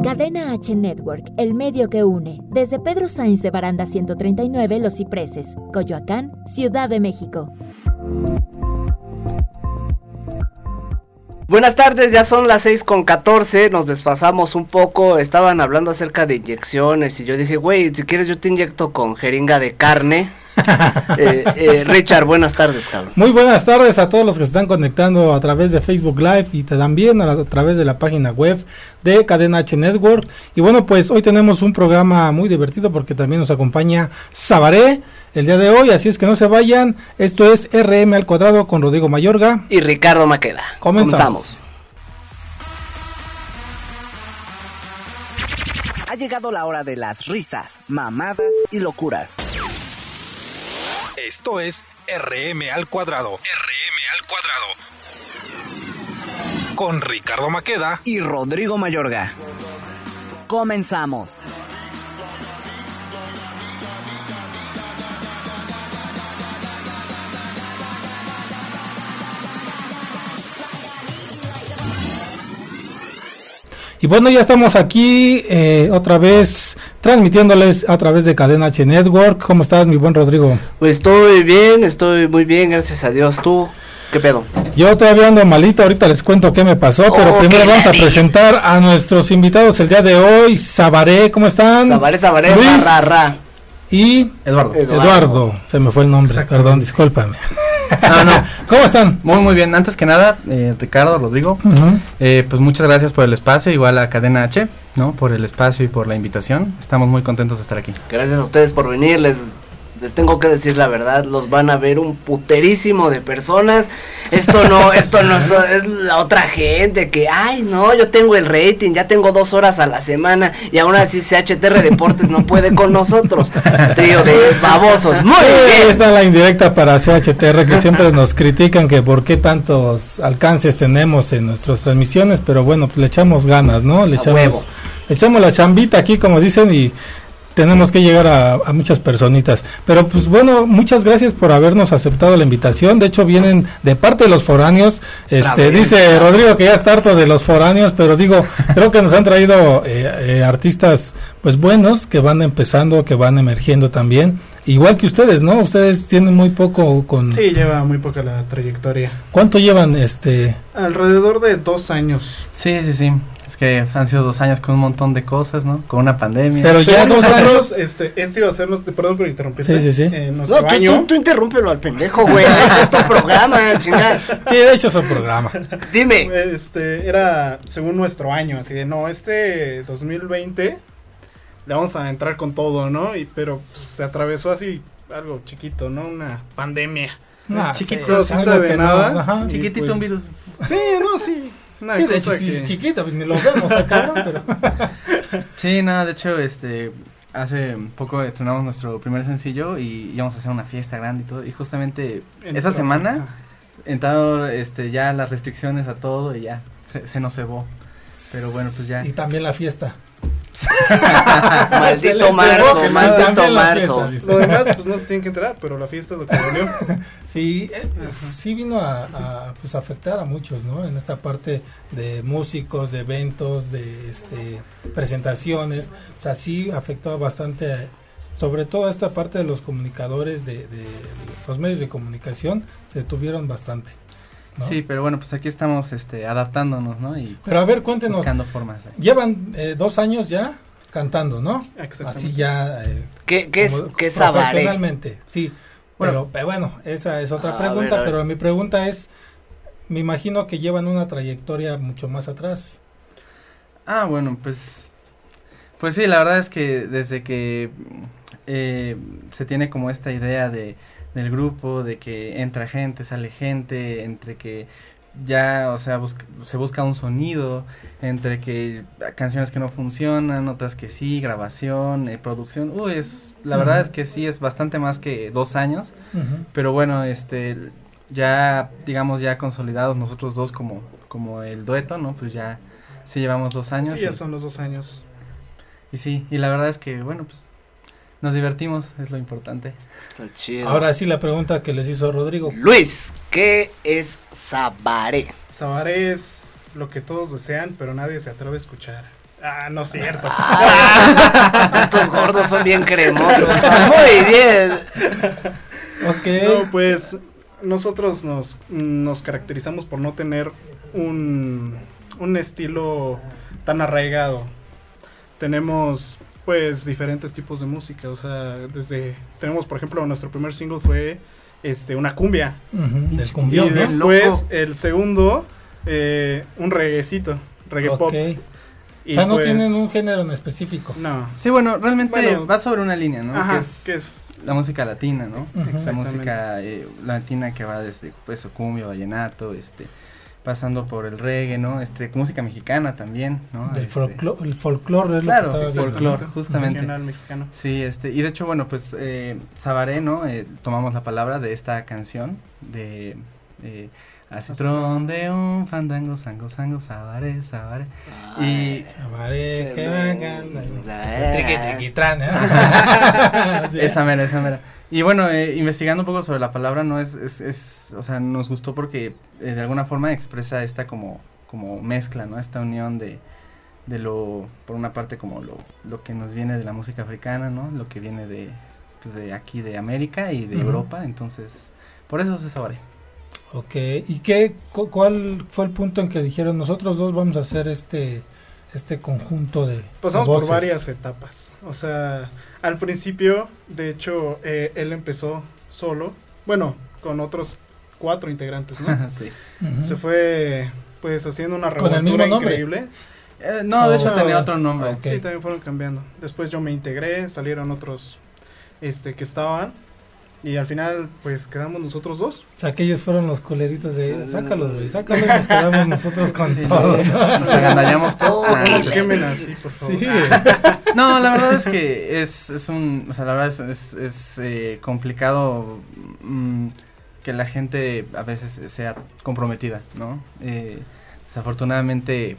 Cadena H Network, el medio que une. Desde Pedro Sainz de Baranda 139, Los Cipreses, Coyoacán, Ciudad de México. Buenas tardes, ya son las 6:14, nos desfasamos un poco, estaban hablando acerca de inyecciones y yo dije, güey, si quieres yo te inyecto con jeringa de carne. Richard, buenas tardes, cabrón. Muy buenas tardes a todos los que se están conectando a través de Facebook Live y también a través de la página web de Cadena H Network. Y bueno, pues hoy tenemos un programa muy divertido porque también nos acompaña Sabaré el día de hoy, así es que no se vayan. Esto es RM al cuadrado con Rodrigo Mayorga y Ricardo Maqueda. Comenzamos. Ha llegado la hora de las risas, mamadas y locuras. Esto es RM al cuadrado. RM al cuadrado. Con Ricardo Maqueda y Rodrigo Mayorga. Comenzamos. Y bueno, ya estamos aquí otra vez transmitiéndoles a través de Cadena H Network. ¿Cómo estás, mi buen Rodrigo? Pues estoy muy bien, gracias a Dios. ¿Tú qué pedo? Yo todavía ando malito, ahorita les cuento qué me pasó, pero primero vamos a presentar a nuestros invitados el día de hoy. Sabaré, ¿cómo están? Sabaré, Luis ra. Y Eduardo, se me fue el nombre, perdón, discúlpame. No. ¿Cómo están? Muy bien. Antes que nada, Ricardo, Rodrigo, pues muchas gracias por el espacio, igual a Cadena H, ¿no? Por el espacio y por la invitación. Estamos muy contentos de estar aquí. Gracias a ustedes por venir. Les tengo que decir la verdad, los van a ver un puterísimo de personas. Esto no es la otra gente que, ay no, yo tengo el rating, ya tengo 2 horas a la semana y aún así CHTR Deportes no puede con nosotros. Trío de babosos. Muy bien. Esta es la indirecta para CHTR que siempre nos critican que por qué tantos alcances tenemos en nuestras transmisiones, pero bueno, pues le echamos ganas, ¿no? Le echamos la chambita aquí, como dicen, y tenemos que llegar a muchas personitas. Pero pues bueno, muchas gracias por habernos aceptado la invitación. De hecho vienen de parte de los foráneos. Dice Rodrigo que ya está harto de los foráneos, pero creo que nos han traído artistas pues buenos que van empezando, que van emergiendo también. Igual que ustedes, ¿no? Ustedes tienen muy poco con... Sí, lleva muy poca la trayectoria. ¿Cuánto llevan Alrededor de 2 años. Sí. Es que han sido 2 años con un montón de cosas, ¿no? Con una pandemia. Pero ya nosotros, iba a ser perdón por interrumpirte. Sí. Tú interrúmpelo al pendejo, güey. Es tu programa, chingada. Sí, de hecho es un programa. Dime. Era según nuestro año, así de, 2020 le vamos a entrar con todo, ¿no? Pero pues, se atravesó así algo chiquito, ¿no? Una pandemia. Chiquito, de nada. No, chiquitito, pues, un virus. Sí. Una sí, de hecho, sí es chiquita, ni lo vemos acá, ¿no? Pero... Sí, nada, de hecho, hace poco estrenamos nuestro primer sencillo y íbamos a hacer una fiesta grande y todo, y justamente esa semana entraron ya las restricciones a todo y ya se nos cebó. Pero bueno, pues ya. Y también la fiesta. Maldito marzo. Lo demás pues no se tienen que enterar, pero la fiesta es lo que volvió. Sí vino a pues afectar a muchos, ¿no? En esta parte de músicos, de eventos, de presentaciones, o sea, sí afectó bastante, sobre todo esta parte de los comunicadores, de los medios de comunicación, se detuvieron bastante, ¿no? Sí, pero bueno, pues aquí estamos adaptándonos, ¿no? Pero a ver, cuéntenos. Buscando formas. Llevan 2 años ya cantando, ¿no? Así ya. ¿Qué es Sabaré? Profesionalmente, sí. Pero bueno, esa es otra pregunta, a ver. Pero mi pregunta es, me imagino que llevan una trayectoria mucho más atrás. Bueno, pues sí, la verdad es que desde que se tiene como esta idea del grupo, de que entra gente, sale gente, entre que ya, o sea, se busca un sonido, entre que canciones que no funcionan, otras que sí, grabación, producción, la verdad es que sí es bastante más que 2 años, pero bueno, ya, digamos, ya consolidados nosotros dos como el dueto, ¿no? Pues ya sí llevamos 2 años. Sí, ya son los 2 años. Y sí, y la verdad es que, bueno, pues nos divertimos, es lo importante. Está chido. Ahora sí la pregunta que les hizo Rodrigo. Luis, ¿qué es Sabaré? Sabaré es lo que todos desean, pero nadie se atreve a escuchar. Ah, no es cierto. Estos gordos son bien cremosos. Muy bien. Ok. No, pues nosotros nos caracterizamos por no tener un estilo tan arraigado. Tenemos pues diferentes tipos de música, o sea, tenemos por ejemplo nuestro primer single fue una cumbia. Del cumbión, y ¿no? después el segundo un reggaecito, reggae pop. O sea, no tienen un género en específico. No. Sí, bueno, realmente va sobre una línea, ¿no? Ajá, que es la música latina, ¿no? La música latina que va desde pues cumbia, vallenato, pasando por el reggae, ¿no? Música mexicana también, ¿no? El folclore es claro, lo que estaba folclore, justamente. Regional mexicano. Sí, y de hecho, bueno, pues Sabaré, ¿no? Tomamos la palabra de esta canción de Acitrón de un fandango, sango, Sabaré. Y Sabaré, que vengan. Esa mera. Y bueno, investigando un poco sobre la palabra, no o sea, nos gustó porque de alguna forma expresa esta como mezcla, ¿no? Esta unión de por una parte como lo que nos viene de la música africana, ¿no? Lo que viene de aquí de América y de Europa, entonces, por eso se Sabaré. Ok, ¿y cuál fue el punto en que dijeron nosotros dos vamos a hacer este conjunto de pasamos voces? por varias etapas, o sea, al principio, de hecho, él empezó solo, bueno, con otros 4 integrantes, ¿no? Sí. Se fue, pues, haciendo una ¿Con el mismo revoltura nombre? increíble. No, de hecho tenía otro nombre. Okay. Sí, también fueron cambiando. Después yo me integré, salieron otros, que estaban, y al final, pues, quedamos nosotros dos. O sea, que ellos fueron los culeritos de sácalos, güey, sácalos, nos quedamos nosotros con todo. Sí. Nos agandallamos todo. No nos quemen así, por favor. Sí. No, la verdad es que o sea, la verdad es complicado que la gente a veces sea comprometida, ¿no? Desafortunadamente,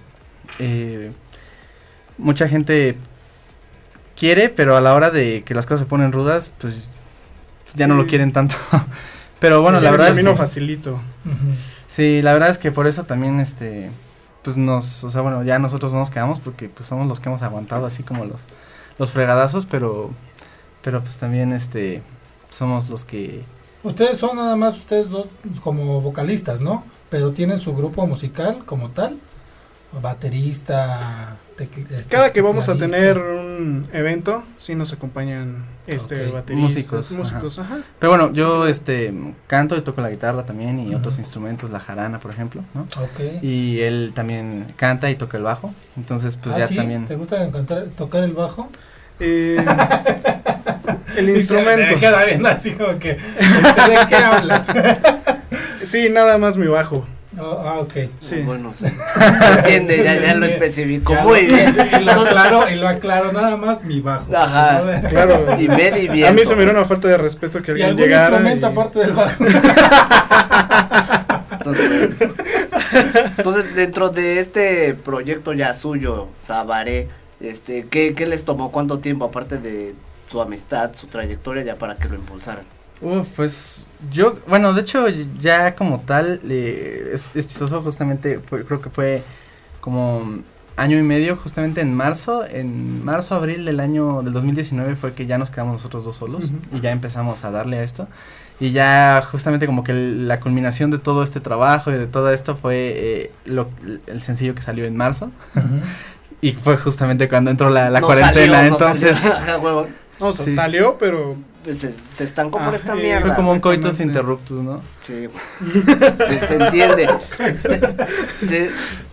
mucha gente quiere, pero a la hora de que las cosas se ponen rudas, pues ya no lo quieren tanto. Pero bueno, la verdad es que facilito. sí, la verdad es que por eso también pues o sea, bueno, ya nosotros no nos quedamos porque pues somos los que hemos aguantado así como los fregadazos, pero pues también somos los que Ustedes son nada más ustedes dos como vocalistas, ¿no? Pero tienen su grupo musical como tal, baterista, cada que vamos a tener un evento, sí nos acompañan bateristas, músicos, ajá. Pero bueno, yo canto y toco la guitarra también y otros instrumentos, la jarana, por ejemplo, ¿no? Okay. Y él también canta y toca el bajo, entonces pues ya ¿sí? también. ¿Te gusta tocar el bajo? El instrumento. Me queda bien así como que ¿de qué hablas? Sí, nada más mi bajo. Ok. Sí. Bueno, sí. Entiende, ya lo especificó muy bien. Y lo aclaro, nada más mi bajo. Ajá, claro. Y me divierto. A mí se me era una falta de respeto que alguien algún llegara. Instrumento aparte del bajo. Entonces, dentro de este proyecto ya suyo, Sabaré, ¿qué les tomó? ¿Cuánto tiempo, aparte de su amistad, su trayectoria, ya para que lo impulsaran? Pues yo, bueno, de hecho ya como tal, es chistoso, justamente creo que fue como año y medio, justamente en marzo, abril del 2019 fue que ya nos quedamos nosotros dos solos y ya empezamos a darle a esto. Y ya justamente como que la culminación de todo este trabajo y de todo esto fue el sencillo que salió en marzo. Y fue justamente cuando entró la cuarentena, entonces... Sí, salió, pero... Pues se estancó por esta mierda. Fue como un coitus interruptus, ¿no? Sí, se entiende. Sí.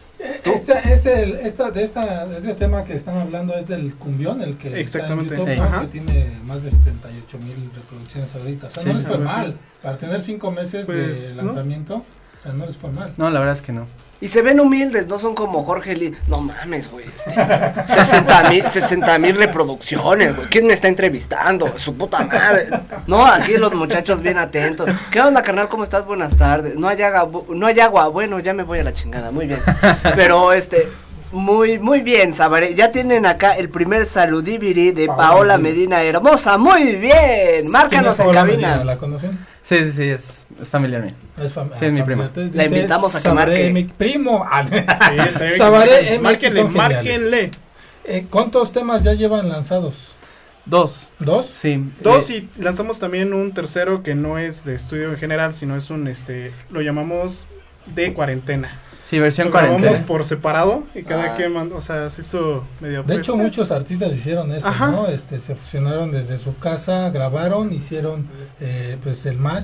Este tema que están hablando es del cumbión, el que exactamente está en YouTube, que tiene más de 78,000 reproducciones ahorita. O sea, no les fue mal. Para tener 5 meses de lanzamiento, o sea, no les fue mal. No, la verdad es que no. Y se ven humildes, no son como Jorge Lee. No mames, güey. 60,000 reproducciones, güey. ¿Quién me está entrevistando? Su puta madre. No, aquí los muchachos bien atentos. ¿Qué onda, carnal? ¿Cómo estás? Buenas tardes. No hay agua. Bueno, ya me voy a la chingada. Muy bien. Pero muy bien, Sabaré. Ya tienen acá el primer saludibiri de Paola Medina hermosa. Muy bien. Márcanos en cabina. Medina, ¿la conocen? Sí, es familiar mío. Sí, es mi prima. La invitamos a que marque. Mi primo. Sabaré, márquenle. ¿Cuántos temas ya llevan lanzados? 2. ¿2? Sí. 2 y lanzamos también un tercero que no es de estudio en general, sino es un, lo llamamos de cuarentena. Sí, versión Lo cuarentena. grabamos por separado y cada quien o sea, se hizo medio... De hecho, muchos artistas hicieron eso, Ajá. ¿no? Se fusionaron desde su casa, grabaron, hicieron pues el match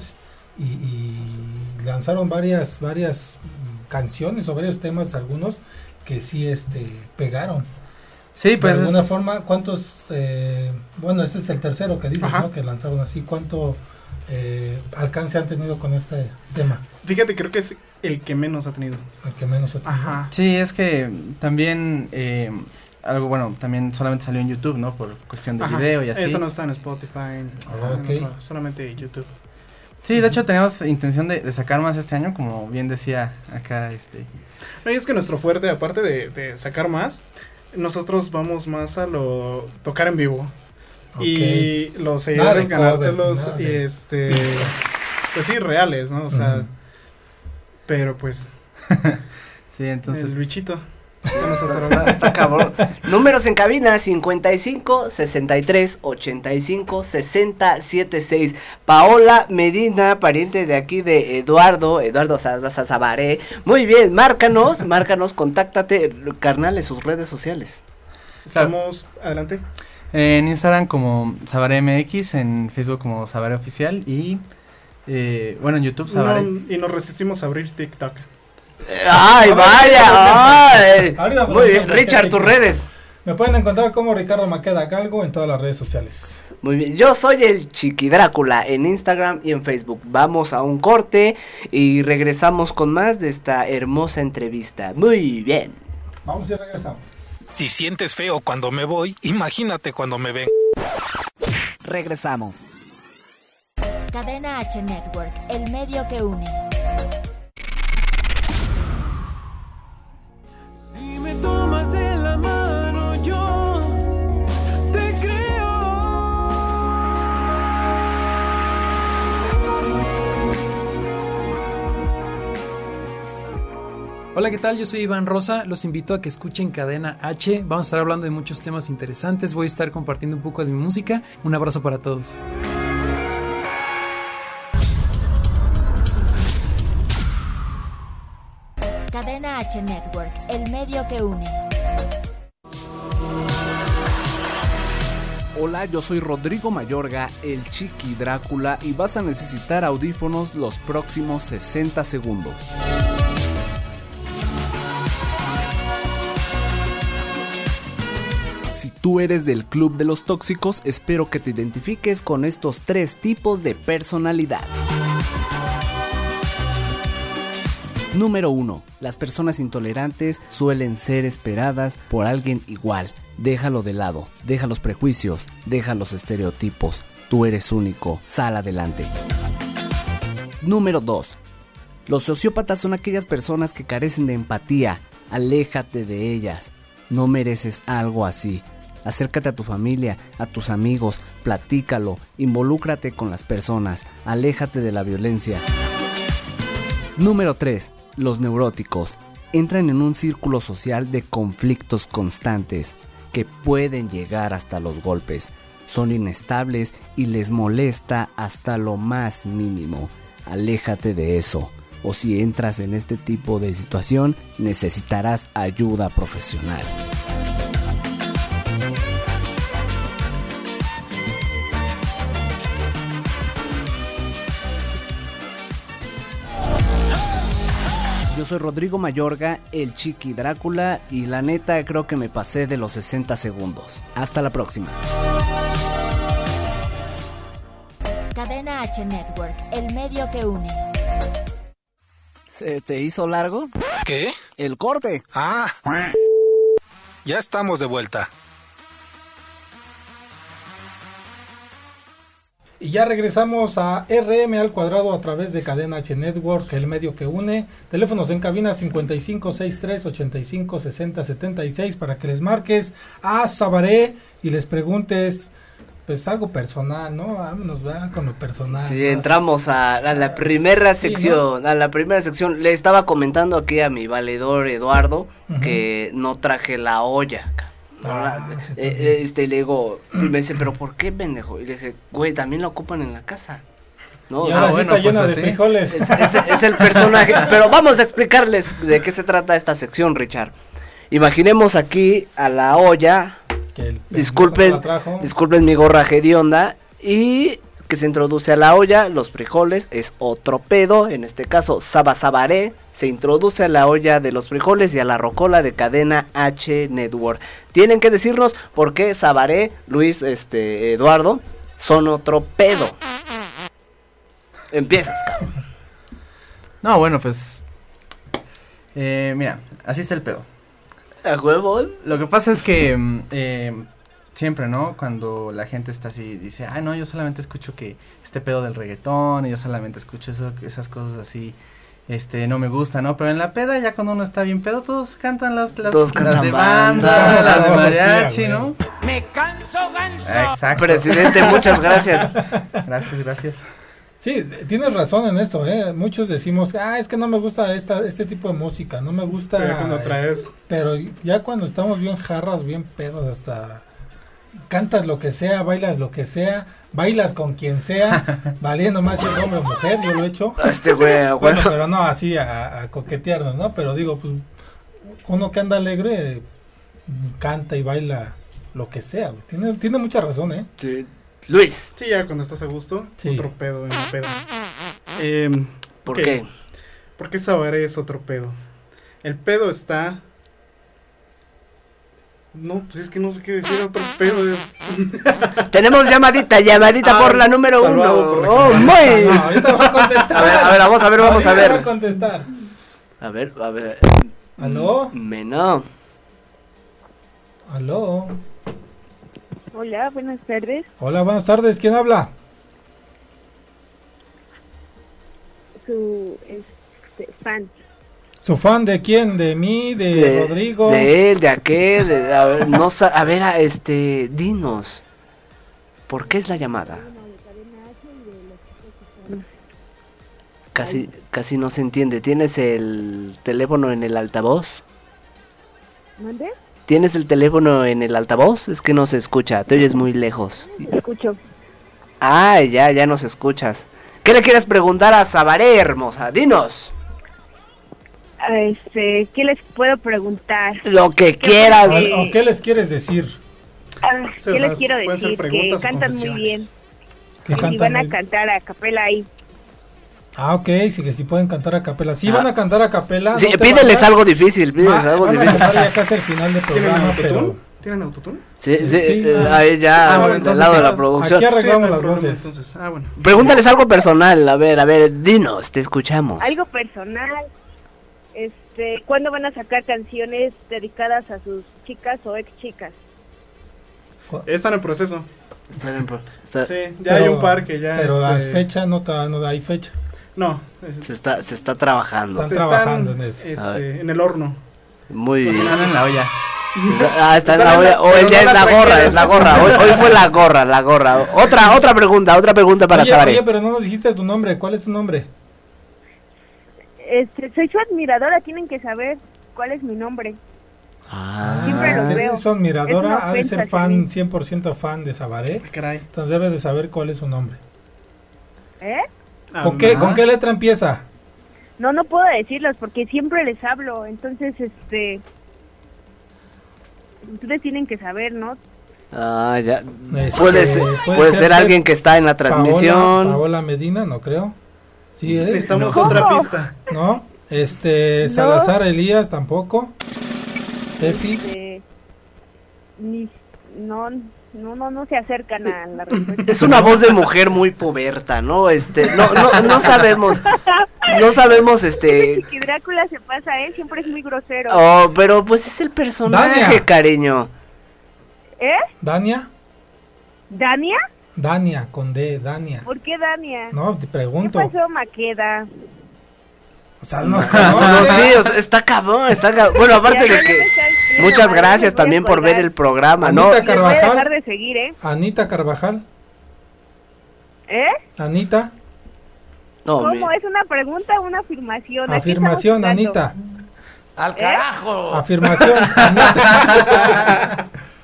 y lanzaron varias canciones o varios temas, algunos que sí pegaron. Sí, pues de alguna forma, ¿cuántos? Bueno, este es el tercero que dices, Ajá. ¿no? Que lanzaron así. ¿Cuánto alcance han tenido con este tema? Fíjate, creo que es el que menos ha tenido. El que menos ha tenido. Ajá. Sí, es que también algo bueno, también solamente salió en YouTube, ¿no? Por cuestión de Ajá. video y así. Eso no está en Spotify. Ok. Solamente YouTube. Sí, de hecho teníamos intención de sacar más este año, como bien decía acá No, y es que nuestro fuerte, aparte de sacar más, nosotros vamos más a lo tocar en vivo. Ok. Y los seguidores Nada de ganártelos cover, y nada de pues sí, reales, ¿no? O sea, Ujú. pero pues Sí, entonces el bichito. Ya nos atoró. Está cabrón. Números en cabina 55 63 85 60 76. Paola Medina, pariente de aquí de Eduardo Sazabaré. Muy bien, márcanos, contáctate, carnal, en sus redes sociales. Estamos adelante. en Instagram como Sabaré MX, en Facebook como Sabaré Oficial y bueno, en YouTube Sabaré. No, y nos resistimos a abrir TikTok. Ay, vaya, ay. Ahorita Muy bien, producción, Richard, tus redes. Me pueden encontrar como Ricardo Maqueda Galgo en todas las redes sociales. Muy bien, yo soy el Chiqui Drácula en Instagram y en Facebook. Vamos a un corte y regresamos con más de esta hermosa entrevista. Muy bien. Vamos y regresamos. Si sientes feo cuando me voy, imagínate cuando me ven. Regresamos. Cadena H Network, el medio que une. Si me tomas en la mano, yo te creo. Hola, ¿qué tal? Yo soy Iván Rosa, los invito a que escuchen Cadena H, vamos a estar hablando de muchos temas interesantes, voy a estar compartiendo un poco de mi música, un abrazo para todos. Cadena H Network, el medio que une. Hola, yo soy Rodrigo Mayorga, el Chiqui Drácula, y vas a necesitar audífonos los próximos 60 segundos. Si tú eres del club de los tóxicos, espero que te identifiques con estos 3 tipos de personalidad. Número 1. Las personas intolerantes suelen ser esperadas por alguien igual. Déjalo de lado, deja los prejuicios, deja los estereotipos. Tú eres único, sal adelante. Número 2. Los sociópatas son aquellas personas que carecen de empatía. Aléjate de ellas. No mereces algo así. Acércate a tu familia, a tus amigos, platícalo, involúcrate con las personas, aléjate de la violencia. Número 3. Los neuróticos entran en un círculo social de conflictos constantes que pueden llegar hasta los golpes. Son inestables y les molesta hasta lo más mínimo. Aléjate de eso. O si entras en este tipo de situación, necesitarás ayuda profesional. Yo soy Rodrigo Mayorga, el Chiqui Drácula, y la neta creo que me pasé de los 60 segundos. Hasta la próxima. Cadena H Network, el medio que une. ¿Se te hizo largo? ¿Qué? El corte. Ah, ya estamos de vuelta. Y ya regresamos a RM al cuadrado a través de Cadena H Network, el medio que une. Teléfonos en cabina 5563-856076 para que les marques a Sabaré y les preguntes pues algo personal, ¿no? Vámonos, ¿verdad? Con lo personal. Sí, más. entramos a la primera sí, sección, ¿no? a la primera sección. Le estaba comentando aquí a mi valedor Eduardo Ujú. que no traje la olla. Le digo, y me dice, pero ¿por qué, pendejo? Y le dije, güey, también la ocupan en la casa. No, y ahora sí está llena de frijoles. Es el personaje. Pero vamos a explicarles de qué se trata esta sección, Richard. Imaginemos aquí a la olla. Disculpen mi gorra hedionda. Y que se introduce a la olla. Los frijoles es otro pedo. En este caso, Sabaré se introduce a la olla de los frijoles y a la rocola de Cadena H Network. Tienen que decirnos por qué Sabaré, Luis, Eduardo, son otro pedo. Empiezas, cabrón. No, bueno, pues mira, así está el pedo. ¿A huevo? Lo que pasa es que siempre, ¿no? Cuando la gente está así, dice, no, yo solamente escucho que este pedo del reggaetón, y yo solamente escucho esas cosas así, no me gusta, ¿no? Pero en la peda, ya cuando uno está bien pedo, todos cantan las de banda, las de mariachi, ¿no? Me canso ganso. Exacto. Presidente, muchas gracias. Gracias. Sí, tienes razón en eso, muchos decimos, es que no me gusta este tipo de música, no me gusta. Pero cuando traes. Pero ya cuando estamos bien jarras, bien pedos, hasta cantas lo que sea, bailas lo que sea, bailas con quien sea, valiendo más si es hombre o mujer, yo lo he hecho. Bueno, pero no así a coquetearnos, ¿no? Pero digo, pues, uno que anda alegre, canta y baila lo que sea, güey. Tiene mucha razón, Sí. Luis. Sí, ya cuando estás a gusto, otro pedo en la peda. ¿Por qué? Porque Sabaré es otro pedo. El pedo está... No, pues es que no sé qué decir, otro pedo es... Tenemos llamadita por la número 1. Ahorita va a contestar. A ver, vamos a ver. Va a contestar. A ver. ¿Aló? No. ¿Aló? Hola, buenas tardes. Hola, buenas tardes. ¿Quién habla? Su fan. ¿Su fan de quién? ¿De mí? ¿De Rodrigo? De él, de aquel. Dinos. ¿Por qué es la llamada? Casi no se entiende. ¿Tienes el teléfono en el altavoz? ¿Mande? ¿Tienes el teléfono en el altavoz? Es que no se escucha, te oyes muy lejos. Escucho. Ya nos escuchas. ¿Qué le quieres preguntar a Sabaré, hermosa? Dinos. ¿Qué les puedo preguntar? Lo que quieras. ¿O qué les quieres decir? ¿Qué les quiero decir? Que cantan muy bien. Y van a cantar a capela ahí. Ok, sí que sí pueden cantar a capela. Sí van a cantar a capela. Sí, pídeles algo difícil, Van a cantar ya casi al final del programa, pero... ¿Tienen autotune? Sí. Ahí ya, al lado de la producción. Aquí arreglamos las voces. Entonces, bueno. Pregúntales algo personal, a ver, dinos, te escuchamos. Algo personal. ¿Cuándo van a sacar canciones dedicadas a sus chicas o ex chicas? Están en proceso. Sí, ya hay un par que ya... Pero la fecha no hay fecha. No. Se está trabajando. Están trabajando en eso. En el horno. Muy bien. Están en la olla. Está en la olla. O ya es la gorra. Hoy fue la gorra. Otra pregunta para Sabaré. Oye, pero no nos dijiste tu nombre. ¿Cuál es tu nombre? Soy su admiradora. Tienen que saber cuál es mi nombre. Siempre los veo. Su admiradora ha de ser fan, 100% fan de Sabaré. Caray. Entonces debe de saber cuál es su nombre. ¿Con qué letra empieza? No puedo decirlos porque siempre les hablo. Entonces, ustedes tienen que saber, ¿no? Ya. Puede ser alguien que está en la transmisión. Paola Medina, no creo. Sí, necesitamos otra pista. No, Salazar Elías tampoco. Efi. No se acercan a la respuesta. Es una voz de mujer muy puberta, ¿no? No sabemos. No sabemos, Que Drácula se pasa, siempre es muy grosero. Oh, pero pues es el personaje, Dania. Cariño. ¿Dania? ¿Dania? Dania, con D, Dania. ¿Por qué Dania? No, te pregunto. ¿Qué pasó, Maqueda? O sea, nos conoce. No, sí, está cabrón. Bueno, aparte de que... Muchas gracias también por ver el programa, ¿no? Anita Carvajal. Voy a dejar de seguir, Anita Carvajal. Anita. No, ¿cómo? ¿Es una pregunta o una afirmación? Afirmación, Anita. ¡Al carajo! Afirmación, Anita.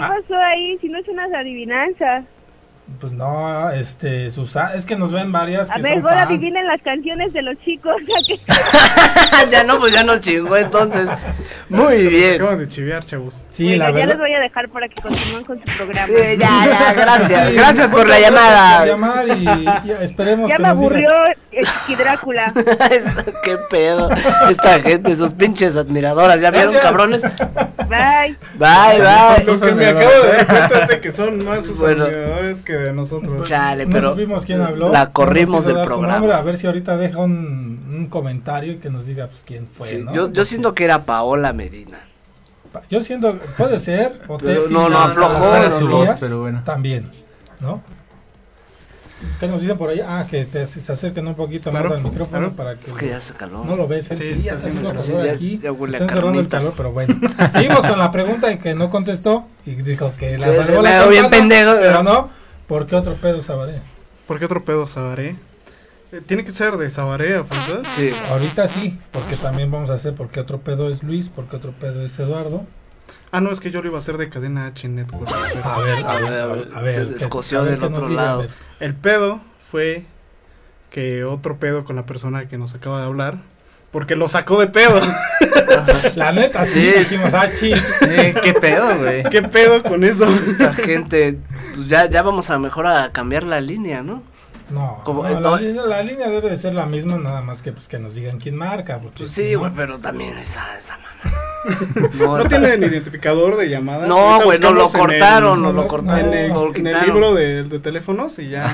pasó ahí? Si no es unas adivinanzas. Pues no, Susana, es que nos ven varias que A ver, son ahora fan. adivinen las canciones de los chicos. Ya no, pues ya nos chingó entonces. Muy bien. Acaban de chivear, chavos. Sí, Bueno, la ya verdad. los voy a dejar para que continúen con su programa. Sí, ya, gracias. Sí, Gracias por la muchas gracias llamada. por llamar y esperemos Ya que me nos aburrió digas. Drácula. Qué pedo. Esta gente, esos pinches admiradoras. ¿Ya vieron, Gracias. cabrones? Bye. Bye. Lo que me acabo de dar cuenta es de que son más sus Bueno. admiradores que de nosotros. Chale, No pero supimos quién habló. la corrimos no nos quiso del dar su programa. nombre, a ver si ahorita deja un comentario y que nos diga pues quién fue, sí, ¿no? yo siento que era Paola Medina. Yo siento, puede ser, o Pero Tefi, no, aflojó, Salazar no, Elías, pero bueno. también, ¿no? ¿Qué nos dicen por ahí? Ah, que se acerquen un poquito Claro, más al micrófono claro. para que... Es que ya se caló. No lo ves, Sí, ya está está haciendo haciendo calor. calor Ya- aquí. ya huele Está a encerrando el carnitas. calor, pero bueno. Seguimos con la pregunta en que no contestó y dijo que la Sí, salvó se la me veo bien campana, pendejo. pero no. ¿Por qué otro pedo Sabaré? ¿Por qué otro pedo Sabaré? Tiene que ser de Sabaré, Afonso. Sí. Ahorita sí, porque también vamos a hacer por qué otro pedo es Luis, por qué otro pedo es Eduardo. Ah, no, es que yo lo iba a hacer de Cadena H Network. A ver, A ver, se descoció del que nos otro diga, lado. a ver. El pedo fue que otro pedo con la persona que nos acaba de hablar, porque lo sacó de pedo. La neta, sí, Sí. dijimos, chi. ¿Qué pedo, güey? ¿Qué pedo con eso? Esta gente, pues ya vamos a mejor a cambiar la línea, ¿no? No, Como- no, no. la línea debe de ser la misma, nada más que pues que nos digan quién marca. Porque Pues si sí, no- güey, pero también esa mamá. No está- tienen identificador de llamada. No, Ahorita güey, no lo buscamos en el- cortaron, no no, lo no, cortaron. En el, no lo en el quitaron. libro de teléfonos y ya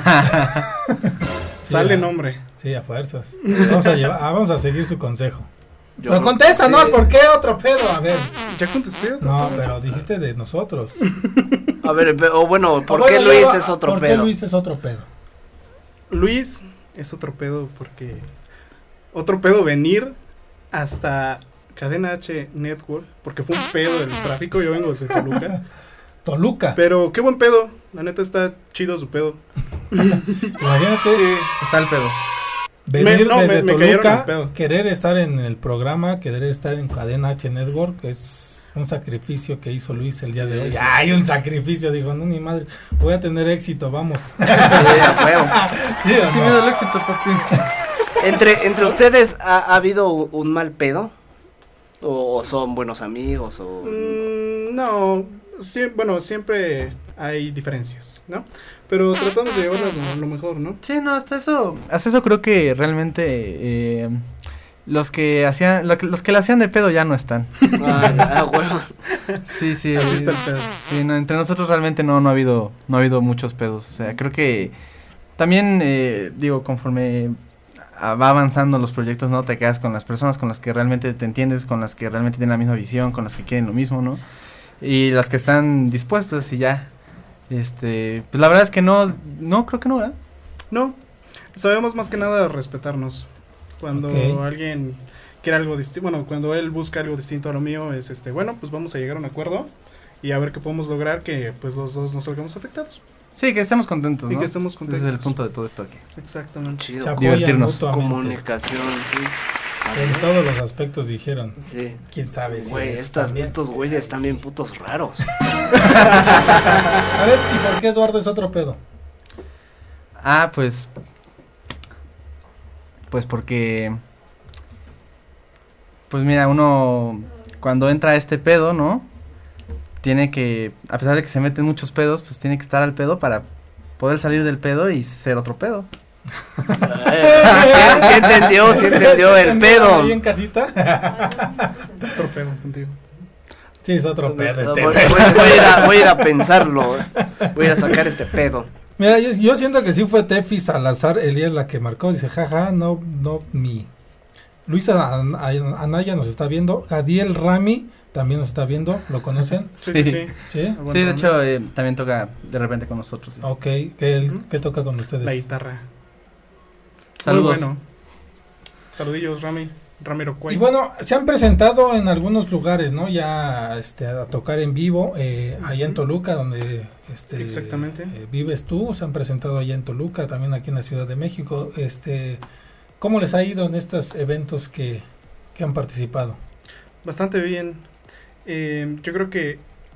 sale nombre. Sí, a fuerzas. Vamos a seguir su consejo. Yo Pero no- contéstanos, sí. ¿por qué otro pedo? A ver. Ya contesté otro No, pedo. pero dijiste de nosotros. A ver, o bueno, ¿por O qué bueno, Luis luego, es otro ¿por qué pedo? Luis es otro pedo? Luis es otro pedo porque otro pedo venir hasta Cadena H Network porque fue un pedo del tráfico. Yo vengo desde Toluca. Toluca. Pero qué buen pedo. La neta está chido su pedo. Imagínate Está el pedo. venir no, desde me cayeron Toluca, el pedo. querer estar en el programa, querer estar en Cadena H Network, es un sacrificio que hizo Luis el día de hoy. sí. Ay, un sacrificio, dijo, no, ni madre, voy a tener éxito, vamos. Sí, a huevo. ¿Sí o Sí no? me da el éxito, papi. Entre ustedes, ¿ha habido un mal pedo? ¿O son buenos amigos? O... No, bueno, siempre hay diferencias, ¿no? Pero tratamos de llevarlas lo mejor, ¿no? Sí, no, hasta eso creo que realmente los que la hacían de pedo ya no están. Huevo. Sí, sí. Así está el pedo. Sí, no, entre nosotros realmente no ha habido muchos pedos. O sea, creo que también, digo, conforme va avanzando los proyectos, ¿no? Te quedas con las personas con las que realmente te entiendes, con las que realmente tienen la misma visión, con las que quieren lo mismo, ¿no? Y las que están dispuestas y ya. Pues la verdad es que no creo que no, ¿verdad? No, sabemos más que nada respetarnos. Cuando Ok. alguien quiere algo distinto, bueno, cuando él busca algo distinto a lo mío, es bueno, pues vamos a llegar a un acuerdo y a ver qué podemos lograr que pues los dos no salgamos afectados. Sí, que estemos contentos, Y ¿no? que estemos contentos. Ese es el punto de todo esto aquí. Exactamente. Chido. Se apoyan Divertirnos. mutuamente. Comunicación, sí. En todos los aspectos dijeron. Sí. ¿Quién sabe si Güey, en eso también? estos güeyes están bien putos raros. A ver, ¿y por qué Eduardo es otro pedo? Ah, pues porque pues mira, uno cuando entra a este pedo, ¿no? Tiene que, a pesar de que se meten muchos pedos, pues tiene que estar al pedo para poder salir del pedo y ser otro pedo. Sí entendió el pedo. ¿Ahí en casita? Otro pedo contigo. Sí, es otro pedo este Voy pedo. a ir a pensarlo. Voy a ir a sacar este pedo. Mira, yo siento que sí fue Tefi Salazar Elías la que marcó. Dice, jaja, no, mi. Luisa Anaya nos está viendo. Gadiel Rami también nos está viendo. ¿Lo conocen? Sí. Sí. ¿Sí? Sí, de hecho, también toca de repente con nosotros. Sí. Ok, ¿qué toca con ustedes? La guitarra. Saludos. Muy bueno. Saludillos, Ramiro Cuey. Y bueno, se han presentado en algunos lugares, ¿no? Ya a tocar en vivo, allá en Toluca, donde Exactamente. Vives tú. Se han presentado allá en Toluca, también aquí en la Ciudad de México. ¿Cómo les ha ido en estos eventos que han participado? Bastante bien. Yo creo que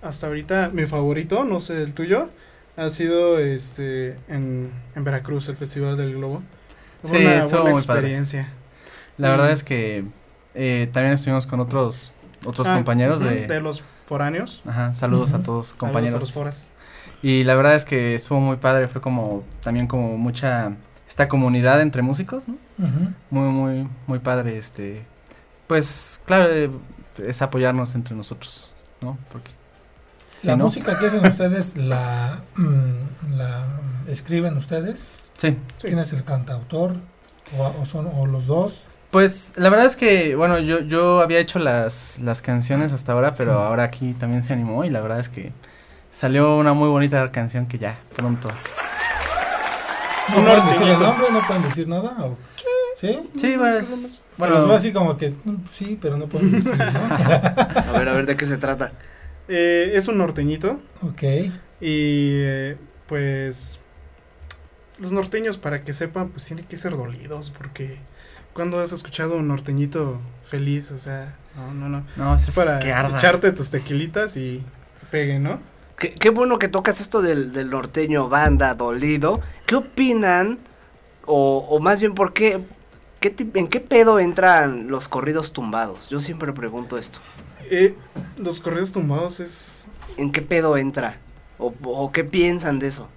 hasta ahorita mi favorito, no sé el tuyo, ha sido en Veracruz, el Festival del Globo. Fue una buena experiencia. La verdad es que también estuvimos con otros compañeros de los foráneos. Ajá, saludos a todos compañeros. Saludos a los foras. Y la verdad es que estuvo muy padre, fue como también como mucha esta comunidad entre músicos, ¿no? Muy muy padre, pues claro, es apoyarnos entre nosotros, ¿no? Porque la música que hacen ustedes la escriben ustedes. Sí. ¿Quién es el cantautor o los dos? Pues la verdad es que bueno, yo había hecho las canciones hasta ahora, pero ahora aquí también se animó y la verdad es que salió una muy bonita canción que ya pronto. ¿No pueden decir el nombre? ¿No pueden decir nada? ¿Sí? Sí, bueno, fue así como que sí, pero no pueden decir, ¿no? A ver, ¿de qué se trata? Es un norteñito. Ok. Y pues los norteños, para que sepan, pues tienen que ser dolidos, porque cuando has escuchado un norteñito feliz, o sea, no es para echarte tus tequilitas y pegue, ¿no? Qué bueno que tocas esto del norteño, banda, dolido. ¿Qué opinan? O más bien, ¿por qué? ¿En qué pedo entran los corridos tumbados? Yo siempre pregunto esto. Los corridos tumbados es... ¿En qué pedo entra? ¿O qué piensan de eso?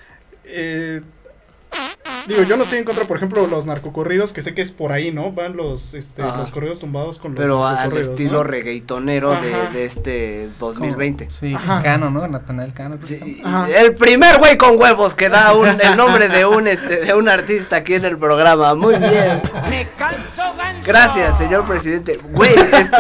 Digo, yo no estoy en contra, por ejemplo, los narcocorridos, que sé que es por ahí, ¿no? Van los corridos tumbados con los narcocorridos, al estilo, ¿no? Reggaetonero Ajá. de este 2020. Como, sí, Cano, ¿no? Natanael Cano. Sí, el primer güey con huevos que da el nombre de un artista aquí en el programa. Muy bien. Me canso ganso. Gracias, señor presidente. Güey,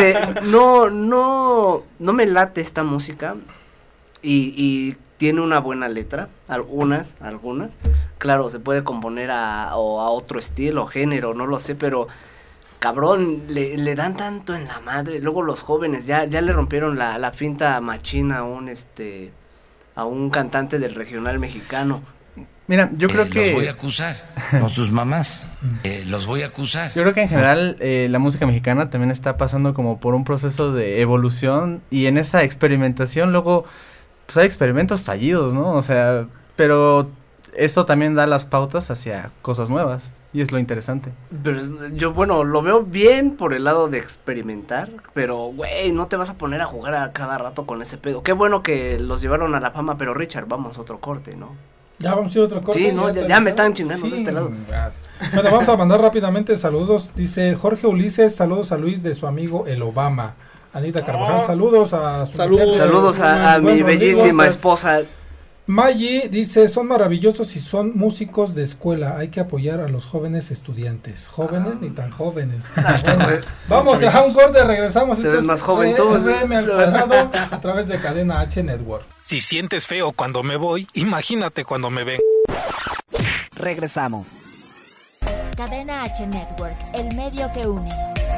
no me late esta música y tiene una buena letra, algunas, claro, se puede componer a otro estilo, género, no lo sé, pero cabrón, le dan tanto en la madre. Luego los jóvenes ya le rompieron la finta machina a un cantante del regional mexicano. Mira, yo creo que... Los voy a acusar con sus mamás, los voy a acusar. Yo creo que en general la música mexicana también está pasando como por un proceso de evolución y en esa experimentación luego... Pues hay experimentos fallidos, ¿no? O sea, pero eso también da las pautas hacia cosas nuevas y es lo interesante. Pero yo, bueno, lo veo bien por el lado de experimentar, pero, güey, no te vas a poner a jugar a cada rato con ese pedo. Qué bueno que los llevaron a la fama, pero Richard, vamos a otro corte, ¿no? Ya vamos a ir a otro corte. Sí, no, ya me están chingando de este lado. Bueno, vamos a mandar rápidamente saludos. Dice Jorge Ulises, saludos a Luis de su amigo el Obama. Anita Carvajal, saludos a su saludos a mi bellísima esposa. Maggi dice, son maravillosos y son músicos de escuela, hay que apoyar a los jóvenes estudiantes, jóvenes ni tan jóvenes. Bueno, vamos a un corte, regresamos. Te ves más joven tú. RM al cuadrado a través de Cadena H Network. Si sientes feo cuando me voy, imagínate cuando me ven. Regresamos. Cadena H Network, el medio que une.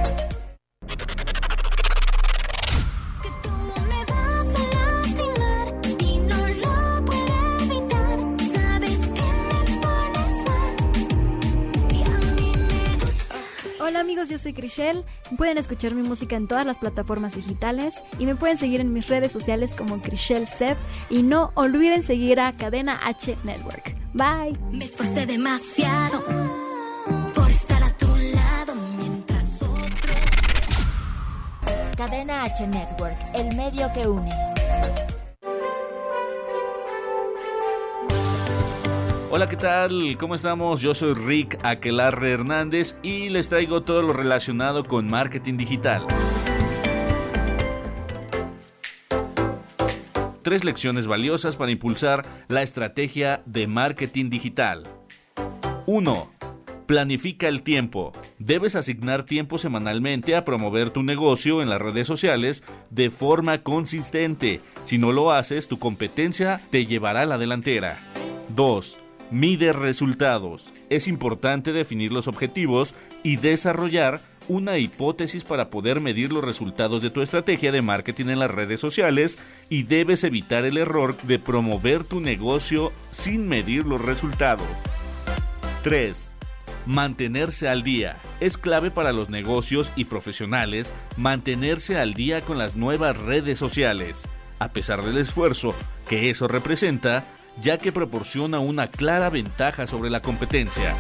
Hola amigos, yo soy Crishel. Pueden escuchar mi música en todas las plataformas digitales y me pueden seguir en mis redes sociales como Crishel Sep y no olviden seguir a Cadena H Network. Bye. Me esforcé demasiado por estar a tu lado mientras otros. Cadena H Network, el medio que une. Hola, ¿qué tal? ¿Cómo estamos? Yo soy Rick Aquelarre Hernández y les traigo todo lo relacionado con marketing digital. 3 lecciones valiosas para impulsar la estrategia de marketing digital. 1. Planifica el tiempo. Debes asignar tiempo semanalmente a promover tu negocio en las redes sociales de forma consistente. Si no lo haces, tu competencia te llevará a la delantera. 2. Mide resultados. Es importante definir los objetivos y desarrollar una hipótesis para poder medir los resultados de tu estrategia de marketing en las redes sociales y debes evitar el error de promover tu negocio sin medir los resultados. 3. Mantenerse al día. Es clave para los negocios y profesionales mantenerse al día con las nuevas redes sociales. a pesar del esfuerzo que eso representa, ya que proporciona una clara ventaja sobre la competencia.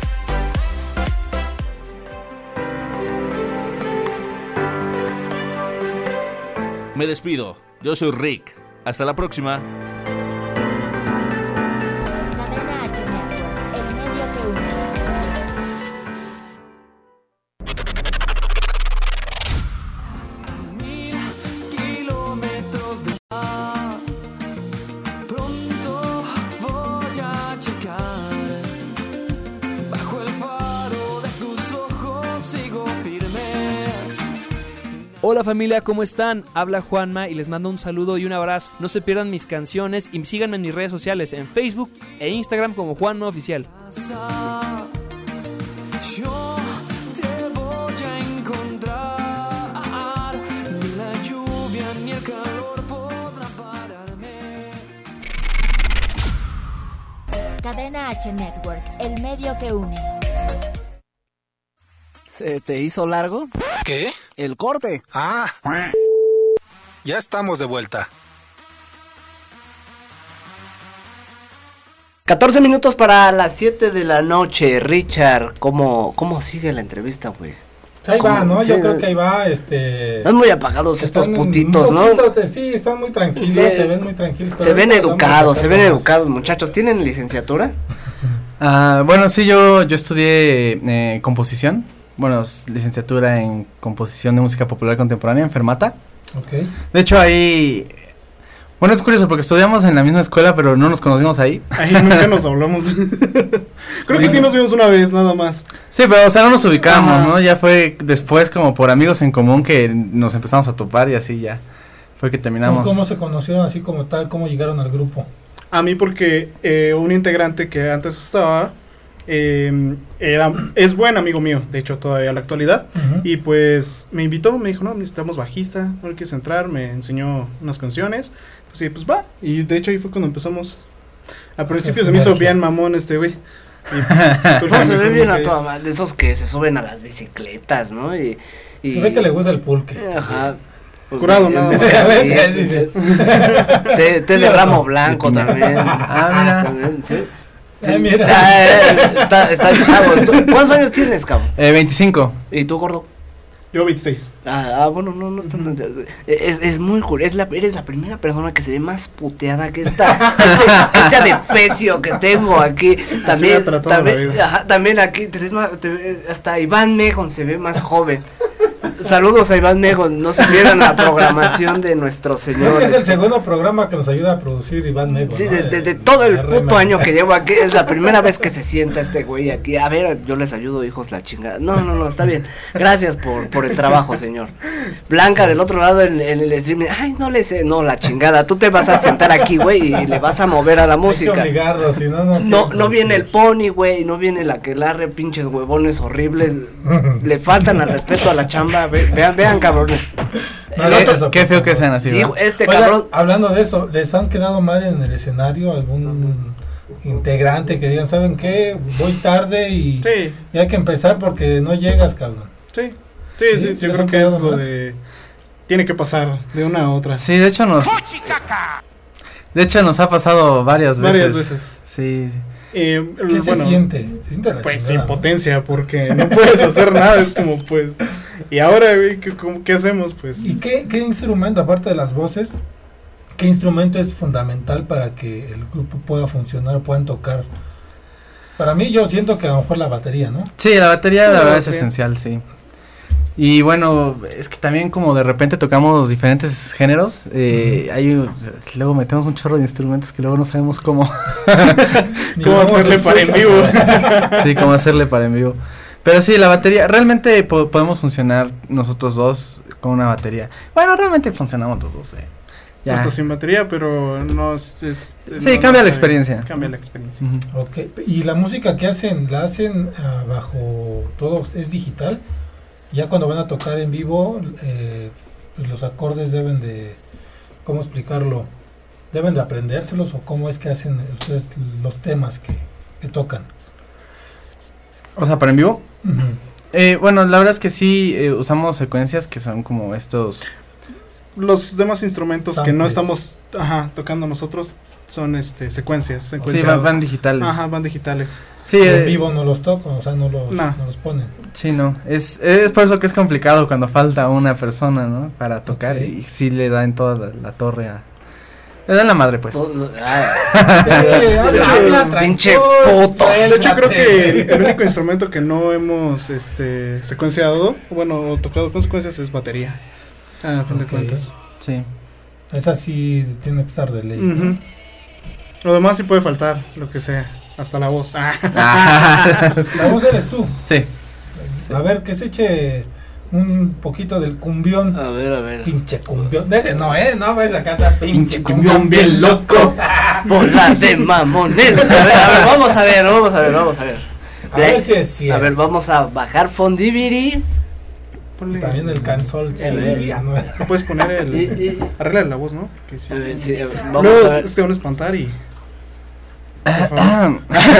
Me despido, yo soy Rick, hasta la próxima. Cadena H Network, el medio que une. Kilómetros de pronto voy a checar. Bajo el faro de tus ojos sigo firme. Hola familia, ¿cómo están? Habla Juanma y les mando un saludo y un abrazo. No se pierdan mis canciones y síganme en mis redes sociales en Facebook e Instagram como Juanma Oficial. Yo te voy a encontrar. Ni la lluvia ni el calor podrán pararme. Cadena H Network, el medio que une. ¿Se te hizo largo? ¿Qué? El corte. Ah, ya estamos de vuelta. 14 minutos para las 7 de la noche. Richard, ¿cómo sigue la entrevista, güey? Ahí va, ¿no? Sí, Yo creo que ahí va, Están muy apagados estos putitos, ¿no? Sí, están muy tranquilos, se ven muy tranquilos. Se ven educados, muchachos. ¿Tienen licenciatura? Bueno, sí, yo estudié composición. Bueno, licenciatura en composición de música popular contemporánea en Fermata. Ok. De hecho, ahí... Bueno, es curioso porque estudiamos en la misma escuela, pero no nos conocimos ahí. Ahí nunca nos hablamos. Creo que sí nos vimos una vez, nada más. Sí, pero, o sea, no nos ubicamos, ¿no? Ya fue después como por amigos en común que nos empezamos a topar y así ya fue que terminamos. ¿Cómo se conocieron así como tal? ¿Cómo llegaron al grupo? A mí porque un integrante que antes estaba... es buen amigo mío, de hecho todavía en la actualidad. Y pues me invitó, me dijo, no, necesitamos bajista, no quieres entrar, me enseñó unas canciones. Pues sí, pues va, y de hecho ahí fue cuando empezamos. Al principio se me hizo bien mamón este güey. No, se ve bien a toda madre, de esos que se suben a las bicicletas, ¿no? Y se ve que le gusta el pulque. Ajá. Curado nada más. Té de ramo blanco también. Mira. También, ¿sí? Sí. Mira. Están chavos. ¿Cuántos años tienes, cabrón? 25. ¿Y tú, gordo? Yo 26. Bueno, no están es muy curioso. Eres la primera persona que se ve más puteada que este adefesio que tengo aquí. También aquí hasta Iván Mejon se ve más joven. Saludos a Iván Mejon, no se pierdan la programación de nuestro señor. Creo que es el segundo programa que nos ayuda a producir Iván Mejon. Sí, ¿no? de todo el puto año que llevo aquí, es la primera vez que se sienta este güey aquí. A ver, yo les ayudo, hijos, la chingada. No, está bien. Gracias por el trabajo, señor. Blanca, del otro lado en el streaming, ay, no le sé, no, la chingada. Tú te vas a sentar aquí, güey, y le vas a mover a la música. Hay que obligarlo, si no, no viene el pony, güey, no viene la que larre, pinches huevones horribles. Le faltan al respeto a la chamba. Vean, cabrones. Qué feo que sean así. Sí, ¿no? Cabrón. Hablando de eso, ¿les han quedado mal en el escenario algún integrante que digan, ¿saben qué? Voy tarde y hay que empezar porque no llegas, cabrón? Sí, yo creo que es lo de... Tiene que pasar de una a otra. Sí, de hecho nos ha pasado varias veces. Sí. ¿Qué se siente? ¿Se siente la pues chingada, impotencia, porque no puedes hacer nada, es como pues, y ahora, güey, ¿qué hacemos, pues? ¿Y qué instrumento, aparte de las voces, qué instrumento es fundamental para que el grupo pueda funcionar, puedan tocar? Para mí yo siento que a lo mejor la batería, ¿no? Sí, la batería la verdad es esencial, sí. Y bueno, es que también como de repente tocamos diferentes géneros, luego metemos un chorro de instrumentos que luego no sabemos cómo hacerle para en vivo. Sí, cómo hacerle para en vivo. Pero sí, la batería, realmente podemos funcionar nosotros dos con una batería. Bueno, realmente funcionamos los dos, Ya. Hasta sin batería, pero no es sí, cambia la experiencia. Cambia la experiencia. Okay. ¿Y la música que hacen, la hacen bajo todo, es digital? Ya cuando van a tocar en vivo, pues los acordes deben de, ¿cómo explicarlo? ¿Deben de aprendérselos o cómo es que hacen ustedes los temas que tocan? O sea, ¿para en vivo? Bueno, la verdad es que sí usamos secuencias que son como estos Los demás instrumentos que no Samples. estamos tocando nosotros son secuencias. Sí, van digitales. Ajá, van digitales. Sí, en vivo no los tocan, o sea, no los ponen. Sí, no, es por eso que es complicado cuando falta una persona, ¿no? Para tocar, y sí le da en toda la torre le dan la madre, pues. Pinche puto. De hecho, creo que el único instrumento que no hemos secuenciado, o tocado con secuencias, es batería. A fin de cuentas. Sí. Esa sí tiene que estar de ley, ¿no? Lo demás sí puede faltar, lo que sea. Hasta la voz. La voz eres tú. Sí. A ver, que se eche un poquito del cumbión. A ver. Pinche cumbión. De ese no vas a cantar pinche cumbión bien loco. Bola de mamonel. A ver, vamos a ver. A ver si es cierto. A ver, vamos a bajar Fondibiri. Y también el cansol. No puedes poner arregla la voz, ¿no? Que sí, vamos a ver. Es que van a espantar y... A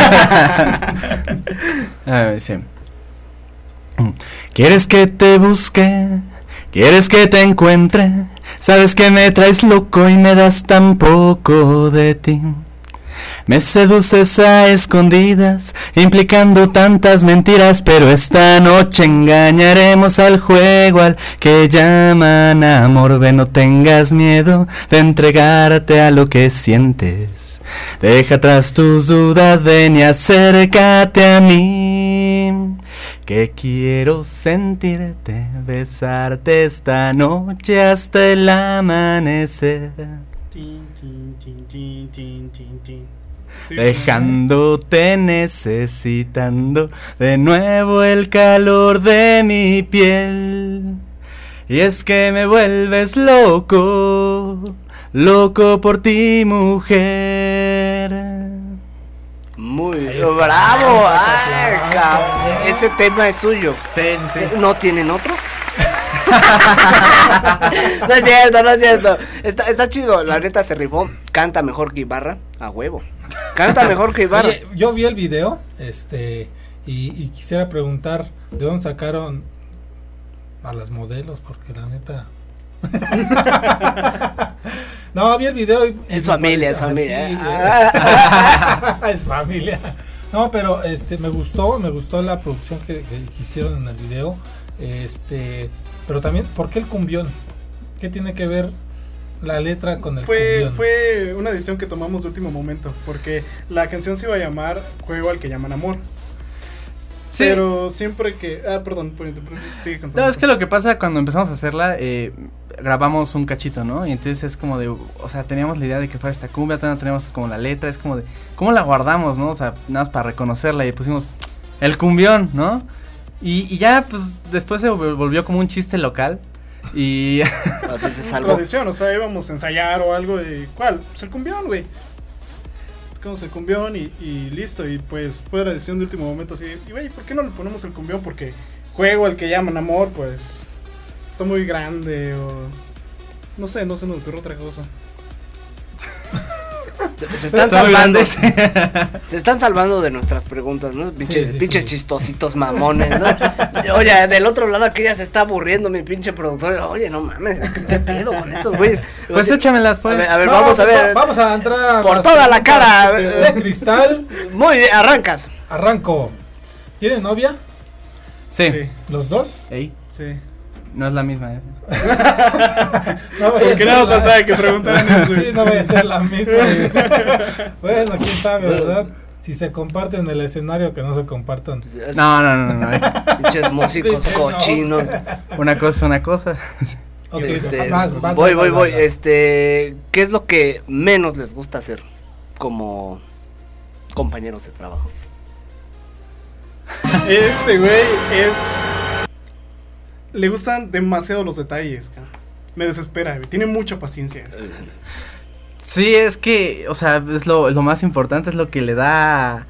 ver, sí. ¿Quieres que te busque? ¿Quieres que te encuentre? Sabes que me traes loco y me das tan poco de ti. Me seduces a escondidas, implicando tantas mentiras, pero esta noche engañaremos al juego al que llaman amor. Ven, no tengas miedo de entregarte a lo que sientes. Deja atrás tus dudas, ven y acércate a mí, que quiero sentirte, besarte esta noche hasta el amanecer. Dejándote, necesitando de nuevo el calor de mi piel. Y es que me vuelves loco, loco por ti, mujer. Muy bravo. Ese tema es suyo. Sí. ¿No tienen otros? No es cierto. Está chido, la neta se rifó. Canta mejor que Ibarra, a huevo. Canta mejor que Ibarra. Oye, yo vi el video, y quisiera preguntar de dónde sacaron a las modelos, porque la neta. No, vi el video y es familia. Es familia. No, pero me gustó la producción que hicieron en el video. Pero también, ¿por qué el cumbión? ¿Qué tiene que ver la letra con el cumbión? Fue una decisión que tomamos de último momento, porque la canción se iba a llamar Juego al que llaman amor. Sí. Pero siempre que... perdón, sigue contando. No, es que lo que pasa cuando empezamos a hacerla, grabamos un cachito, ¿no? Y entonces es como de... O sea, teníamos la idea de que fuera esta cumbia, todavía no teníamos como la letra, es como de... ¿Cómo la guardamos, no? O sea, nada más para reconocerla, y pusimos el cumbión, ¿no? Y ya, pues, después se volvió como un chiste local. Y... Así se salvó. Tradición, o sea, íbamos a ensayar o algo de... ¿Cuál? Pues el cumbión, güey. Tocamos el cumbión y listo. Y pues fue la decisión de último momento así. Y güey, ¿por qué no le ponemos el cumbión? Porque juego al que llaman amor, pues... Está muy grande o... No sé, no se nos ocurrió otra cosa. Se están salvando. Se están salvando de nuestras preguntas, ¿no? Pinches chistositos mamones, ¿no? Oye, del otro lado aquí ya se está aburriendo mi pinche productor. Oye, no mames, ¿qué pedo con estos güeyes? Pues échamelas, pues. A ver, vamos a ver. Vamos a entrar por toda la cara de cristal. Muy bien, arrancas. Arranco. ¿Tiene novia? Sí. ¿Los dos? Sí. No es la misma, No porque nada más faltaba que preguntaran eso. Sí, no vaya a ser la misma. Bueno, quién sabe, ¿verdad? Si se comparten el escenario, que no se compartan. No. Pinches músicos cochinos. Una cosa. Okay, voy. ¿Qué es lo que menos les gusta hacer como compañeros de trabajo? Güey le gustan demasiado los detalles, me desespera, güey. Tiene mucha paciencia. Sí, es que, o sea, es lo más importante, es lo que le da,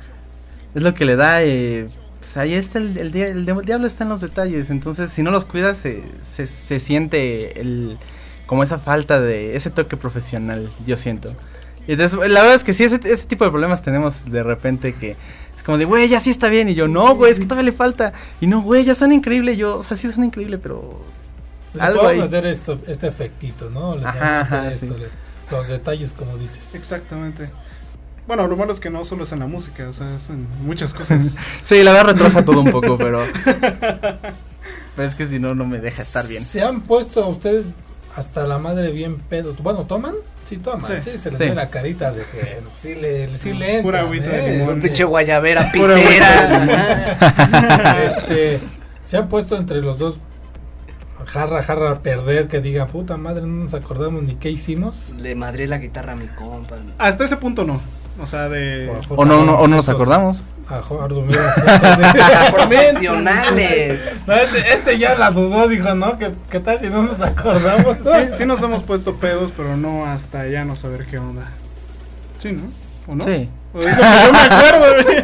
pues ahí está el diablo está en los detalles. Entonces, si no los cuidas, se siente como esa falta de ese toque profesional, yo siento. Y entonces, la verdad es que sí, ese tipo de problemas tenemos de repente, que es como de, güey, ya sí está bien, y yo, no, güey, es que todavía le falta, y no, güey, ya suena increíble, yo, o sea, sí suena increíble, pero algo ahí. meter este efectito, ¿no? Los detalles, como dices. Exactamente. Bueno, lo malo es que no solo es en la música, o sea, es en muchas cosas. Sí, la verdad retrasa todo un poco, pero es que si no, no me deja estar bien. ¿Se han puesto ustedes hasta la madre bien pedos? Bueno, ¿toman? Sí, toman, sí, se les ve la carita de que sí le entran. Pura agüita de limón. Un pinche guayabera pitera. Se han puesto entre los dos jarra a perder, que digan, puta madre, no nos acordamos ni qué hicimos. Le madré la guitarra a mi compa. Hasta ese punto no. O sea, o no nos acordamos. Profesionales. No, este ya la dudó, dijo, ¿no? ¿Qué tal si no nos acordamos? Sí nos hemos puesto pedos, pero no hasta ya no saber qué onda. Sí, ¿no? ¿O no? Sí. Yo me acuerdo, güey.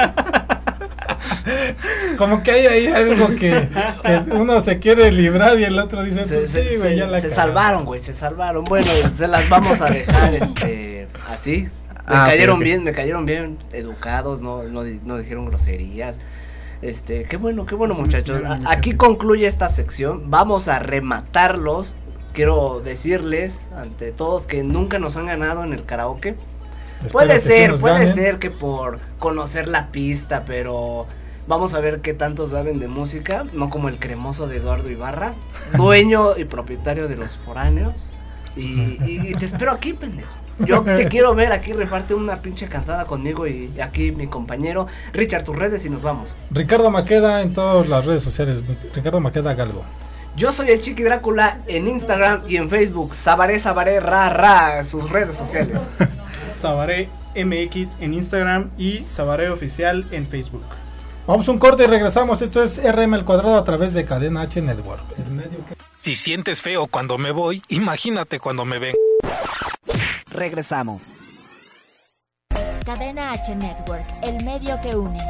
Como que hay ahí algo que uno se quiere librar y el otro dice, pues sí, güey, ya la se salvaron, güey, se salvaron. Bueno, se las vamos a dejar así. Me cayeron bien educados, no dijeron groserías. Qué bueno, muchachos. Aquí concluye esta sección. Vamos a rematarlos. Quiero decirles ante todos que nunca nos han ganado en el karaoke. Puede ser que por conocer la pista, pero vamos a ver qué tanto saben de música, no como el cremoso de Eduardo Ibarra, dueño y propietario de Los Foráneos. Y te espero aquí, pendejo. Yo te quiero ver aquí, reparte una pinche cantada conmigo y aquí mi compañero. Richard, tus redes y nos vamos. Ricardo Maqueda en todas las redes sociales. Ricardo Maqueda Galgo. Yo soy el Chiqui Drácula en Instagram y en Facebook. Sabaré, sus redes sociales. Sabaré MX en Instagram y Sabaré Oficial en Facebook. Vamos a un corte y regresamos. Esto es RM al cuadrado a través de Cadena H Network. Si sientes feo cuando me voy, imagínate cuando me ven. Regresamos. Cadena H Network, el medio que une.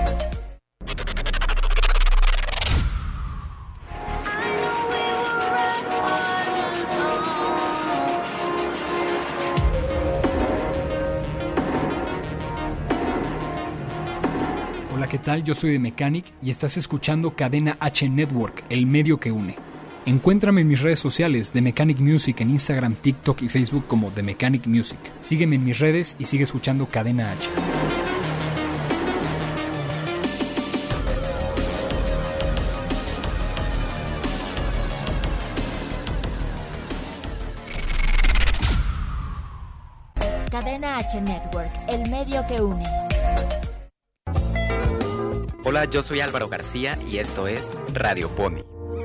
Hola, ¿qué tal? Yo soy The Mechanic y estás escuchando Cadena H Network, el medio que une. Encuéntrame en mis redes sociales The Mechanic Music en Instagram, TikTok y Facebook como The Mechanic Music. Sígueme en mis redes y sigue escuchando Cadena H. Cadena H Network, el medio que une. Hola, yo soy Álvaro García y esto es Radio Pony.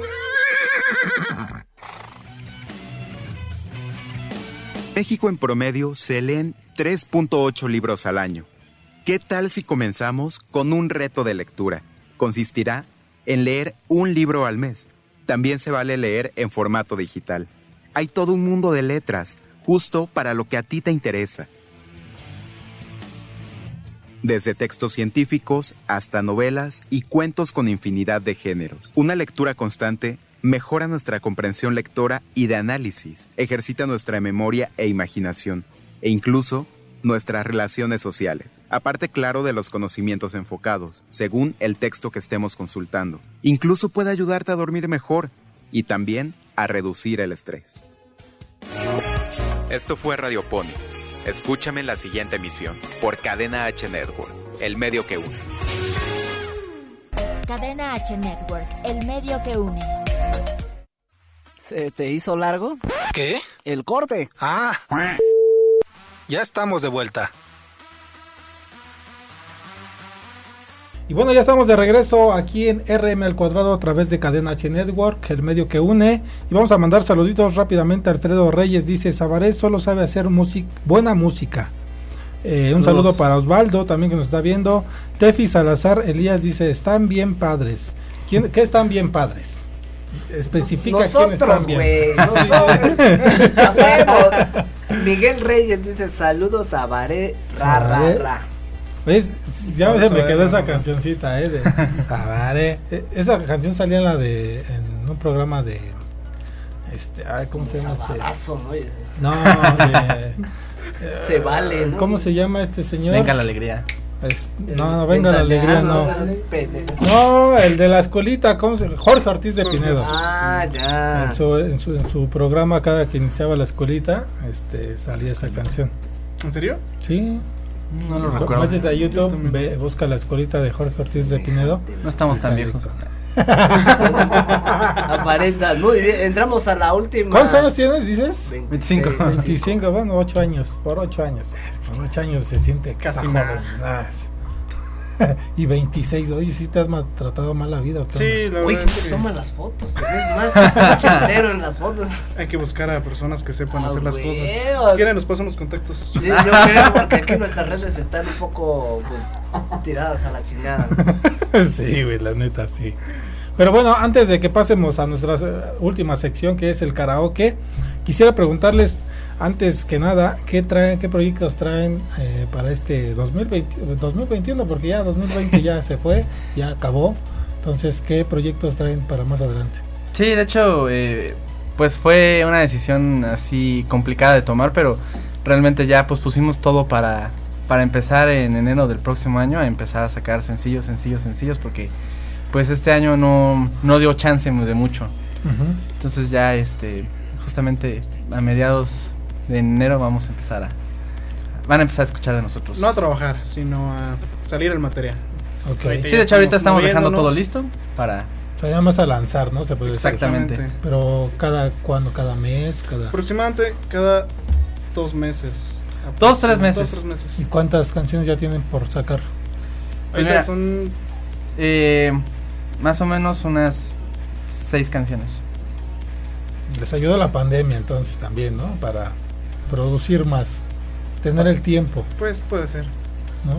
México en promedio se leen 3.8 libros al año. ¿Qué tal si comenzamos con un reto de lectura? Consistirá en leer un libro al mes. También se vale leer en formato digital. Hay todo un mundo de letras, justo para lo que a ti te interesa. Desde textos científicos hasta novelas y cuentos con infinidad de géneros. Una lectura constante mejora nuestra comprensión lectora y de análisis, ejercita nuestra memoria e imaginación, e incluso nuestras relaciones sociales. Aparte, claro, de los conocimientos enfocados, según el texto que estemos consultando. Incluso puede ayudarte a dormir mejor y también a reducir el estrés. Esto fue Radio Pony. Escúchame en la siguiente emisión por Cadena H Network, el medio que une. Cadena H Network, el medio que une. ¿Se te hizo largo? ¿Qué? El corte. Ah, ya estamos de vuelta. Y bueno, ya estamos de regreso aquí en RM al cuadrado a través de Cadena H Network, el medio que une. Y vamos a mandar saluditos rápidamente. Alfredo Reyes dice, Sabaré solo sabe hacer buena música. Un saludo para Osvaldo, también que nos está viendo. Tefi Salazar Elías dice, están bien padres. ¿Qué están bien padres? Especifica quién están bien. Miguel Reyes dice, saludos Sabaré, ¿Ves? Ya me quedó esa cancioncita, de Sabaré. Esa canción salía en un programa de ¿cómo se llama ¿no? No, se vale, ¿no? ¿Cómo se llama este señor? Venga la alegría. No, venga la alegría, no. No, el de la escuelita, ¿cómo se llama? Jorge Ortiz de Pinedo. Ah, ya. En su programa, cada que iniciaba la escuelita, salía esa canción. ¿En serio? Sí. No lo recuerdo. Métete a YouTube, busca la escuelita de Jorge Ortiz de Pinedo. No estamos tan viejos. Aparenta, muy bien. Entramos a la última. ¿Cuántos años tienes, dices? 25. 25, bueno, 8 años. Por 8 años. Por 8 años se siente casi joven. Y 26, oye, ¿sí te has tratado mal la vida? Sí, la verdad. Es que toma las fotos, es más entero en las fotos. Hay que buscar a personas que sepan hacer las cosas. Si quieren nos pasan los contactos. Sí, yo creo, porque aquí nuestras redes están un poco, pues, tiradas a la chingada. Sí, güey, la neta, sí. Pero bueno, antes de que pasemos a nuestra última sección, que es el karaoke, quisiera preguntarles, antes que nada, qué proyectos traen para este 2021, porque ya 2020 ya se fue, ya acabó. Entonces, ¿qué proyectos traen para más adelante? Sí, de hecho, pues fue una decisión así complicada de tomar, pero realmente ya pues pusimos todo para empezar en enero del próximo año a empezar a sacar sencillos, porque pues este año no dio chance de mucho. Entonces ya justamente a mediados de enero van a empezar a escuchar de nosotros. No a trabajar, sino a salir el material. Okay. Sí, de hecho ahorita estamos dejando todo listo para... O sea, ya más a lanzar, ¿no? Se puede decir. Exactamente. Pero ¿cuándo? ¿Cada mes? Aproximadamente cada 2 meses. 2-3 meses. ¿Y cuántas canciones ya tienen por sacar? Ahorita son... más o menos unas 6 canciones. Les ayuda la pandemia entonces también, ¿no? Para producir más, tener el tiempo. Pues puede ser, ¿no?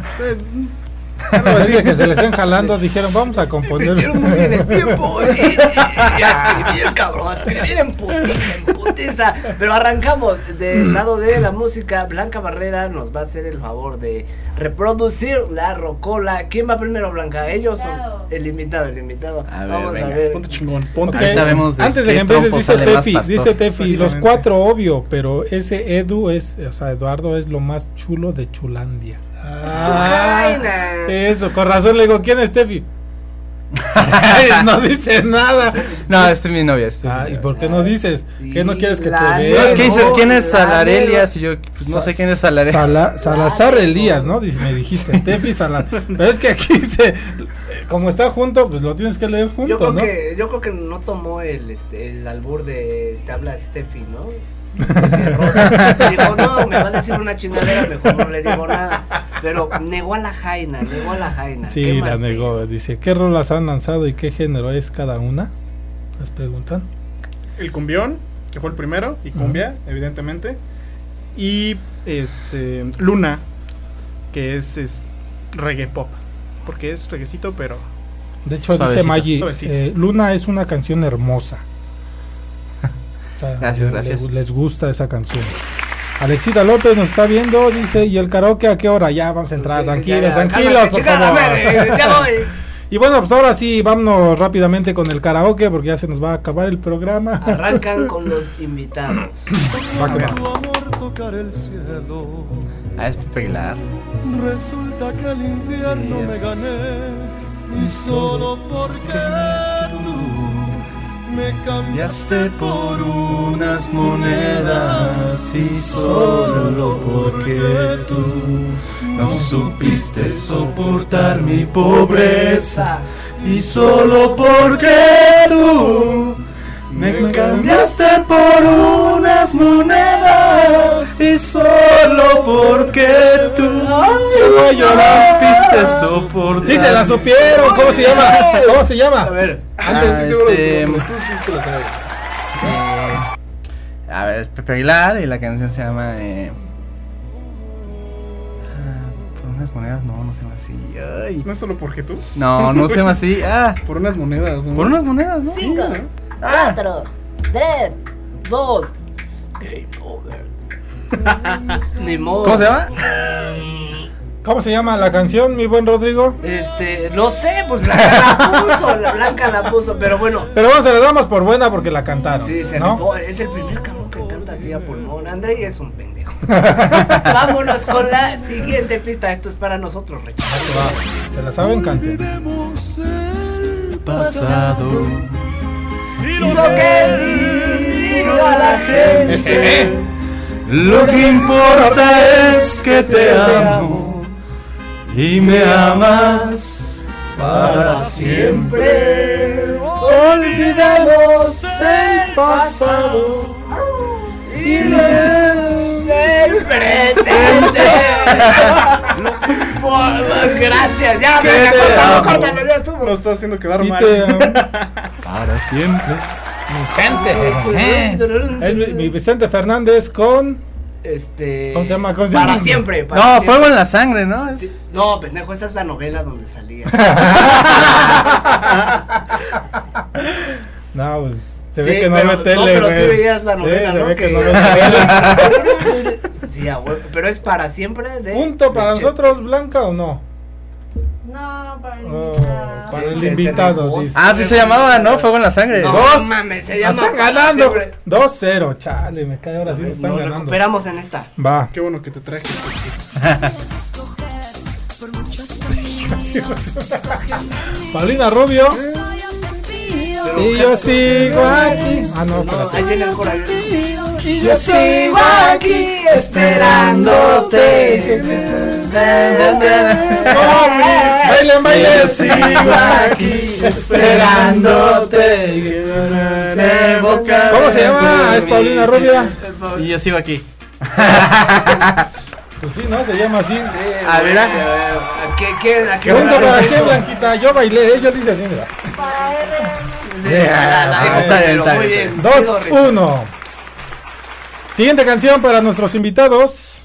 Así que se les estén jalando, dijeron, vamos a componer. Muy bien el tiempo, ya escribir, cabrón, escribir en putiza. Pero arrancamos del lado de la música. Blanca Barrera nos va a hacer el favor de reproducir la rocola. ¿Quién va primero, Blanca? ¿Ellos o el invitado? Vamos a ver. Ponte chingón, Okay. Antes de que empieces, dice Tefi, los 4 obvio, pero ese Eduardo es lo más chulo de Chulandia. Sí, eso, con razón le digo, ¿quién es Tefi? No dice nada. No, esta es mi novia. ¿Y por qué no dices? ¿Qué no quieres que te vea? No, es que dices, ¿quién es Salar Elías? Y yo, pues no sé quién es Salar Elías. Salazar Elías, ¿no? Me dijiste, Tefi Salazar. Pero es que aquí dice, como está junto, pues lo tienes que leer junto, yo creo ¿no? Yo creo que no tomó el albur de te habla Steffi, ¿no? Digo, no, me va a decir una chingadera, mejor no le digo nada. Pero negó a la Jaina. Sí, la negó. Dice, ¿qué rolas han lanzado y qué género es cada una? ¿Les preguntan? El cumbión, que fue el primero, y cumbia, evidentemente. Y Luna, que es reggae pop, porque es reguecito, pero de hecho dice Maggie, Luna es una canción hermosa. O sea, gracias. Les gusta esa canción. Alexita López nos está viendo, dice, ¿y el karaoke a qué hora? Ya vamos a entrar, tranquilos, por favor. Ya voy. Y bueno, pues ahora sí, vámonos rápidamente con el karaoke, porque ya se nos va a acabar el programa. Arrancan con los invitados. Es Pilar. Resulta que el infierno me gané, y solo porque tú me cambiaste por unas monedas, y solo porque tú no supiste soportar mi pobreza, y solo porque tú me cambiaste por unas monedas, y solo porque tú no supiste soportar. Sí, se la supieron. ¿Cómo se llama? A ver, antes sí seguro tú sí te lo sabes. A ver, es Pepe Aguilar y la canción se llama por unas monedas. No se llama así. Ay. ¿No es solo porque tú? No se llama así. Por unas monedas, ¿no? Por unas monedas, ¿no? 5, 4, 3, 2. Game over. Ni modo. ¿Cómo se llama? ¿Cómo se llama la canción, mi buen Rodrigo? No sé, pues Blanca la puso, pero bueno. Pero bueno, se le damos por buena porque la cantaron. Sí, ¿no? Es el primer cabrón que canta así a pulmón. Andrei es un pendejo. Vámonos con la siguiente pista. Esto es para nosotros, Richard. ¿Se la saben? Canten. Pasado. Y lo que diga la gente. Lo que importa es que te amo y me amas para siempre. Olvidemos el pasado y el presente. Gracias, ya, venga, córtalo, ya estuvo. Nos está haciendo quedar mal. Para siempre. Mi gente. Mi Vicente Fernández con... ¿Cómo se llama? Para siempre. No, siempre. Fuego en la sangre, ¿no? No, pendejo, esa es la novela donde salía. No, pues se ve que no ve tele, pero sí veías la novela, se ¿no? ve que no ve tele. Sí, pero es para siempre. ¿Punto para nosotros, Blanca, o no? No, para el invitado. Para el invitado, dice. Ah, sí se llamaba, ¿no? Fuego en la sangre. No, mames, se llama. Están ganando. 2-0, chale, me cae ahora sí, nos están ganando. Recuperamos en esta. Va. Qué bueno que te traje. Paulina Rubio. Y yo sigo aquí. Ah, no, espérate. Ahí viene el coro. Y yo sigo aquí esperándote. Bailen, bailen. Sigo aquí esperándote. ¿Cómo se llama? ¿Es Paulina Rubio? Y yo sigo aquí. Pues sí, ¿no? Se llama así. Sí, a ver, ¿a qué punto para qué, Blanquita? Yo bailé, ella dice así, mira. Muy bien. 2-1. Siguiente canción para nuestros invitados.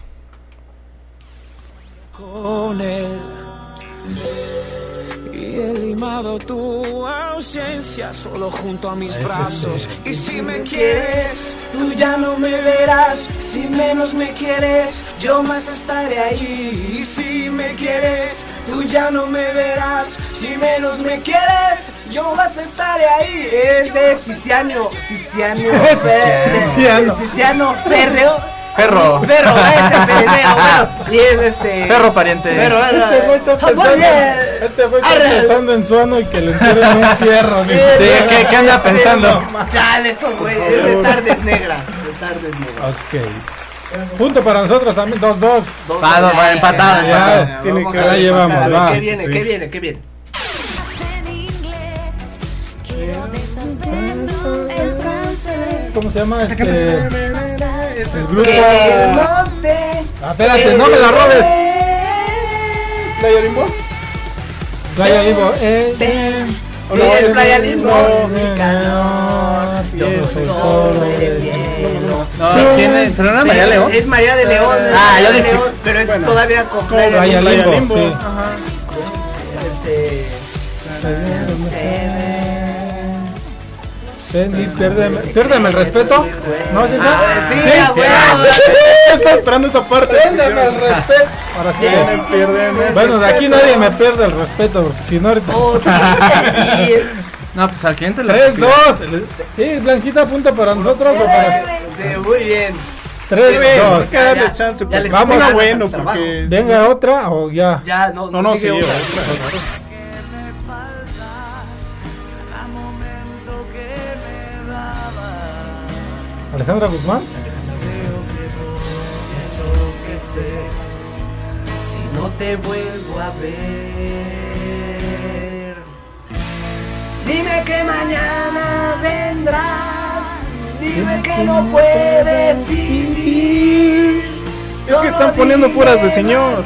Con él y he limado tu ausencia solo junto a mis brazos. Y si me quieres, tú ya no me verás. Si menos me quieres, yo más estaré allí. Y si me quieres, tú ya no me verás. Si menos me quieres, yo más estaré ahí. Es de Tiziano Ferro. Perro, ese pendejo, bueno. Y es perro pariente. Este güey está pensando en su ano y que le entierren un fierro. Sí, ¿qué anda pensando? Chale, estos güeyes, es de tardes negras. Ok. Punto para nosotros también, 2-2. Va empatado. Ya, la llevamos, va. ¿Qué viene? ¿Cómo se llama el grupo? Espérate, no me la robes. ¿Playa Limbo? Playa Limbo. Sí, es Playa Limbo. Yo soy solo el ¿Quién? ¿Pero no es María León? Es María de León. Yo dije. Pero es todavía con Playa Limbo. Sí. Piérdeme el respeto. ¿No es esa? Sí, estaba esperando esa parte. Piérdeme el respeto. Ahora sí, piérdeme. Bueno, de aquí nadie me pierde el respeto, porque si no ahorita. No, pues al cliente le 3-2. Sí, Blanquita, punto para nosotros o para. Sí, muy bien. 3-2. Darle chance, porque vamos a bueno, porque. Venga otra o ya. Ya, no, sigue otra. Alejandra Guzmán. Si no te vuelvo a ver, dime que mañana vendrás, dime que no puedes vivir. Es que están poniendo puras de señor.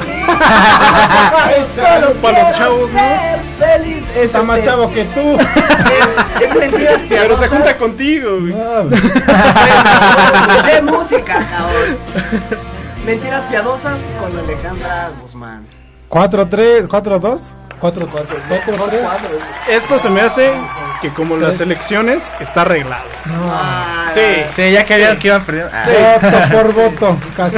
Solo para los chavos, ¿no? Feliz. Está más chavo que tú. Es mentiras piadosas. Pero se junta contigo, güey. Escuché música, cabrón. Mentiras piadosas con Alejandra Guzmán. 4-3, 4-2. 4-4. Esto se me hace que como las elecciones está arreglado. No. Sí, ya que vieron que iban perdiendo. Voto por voto, casi.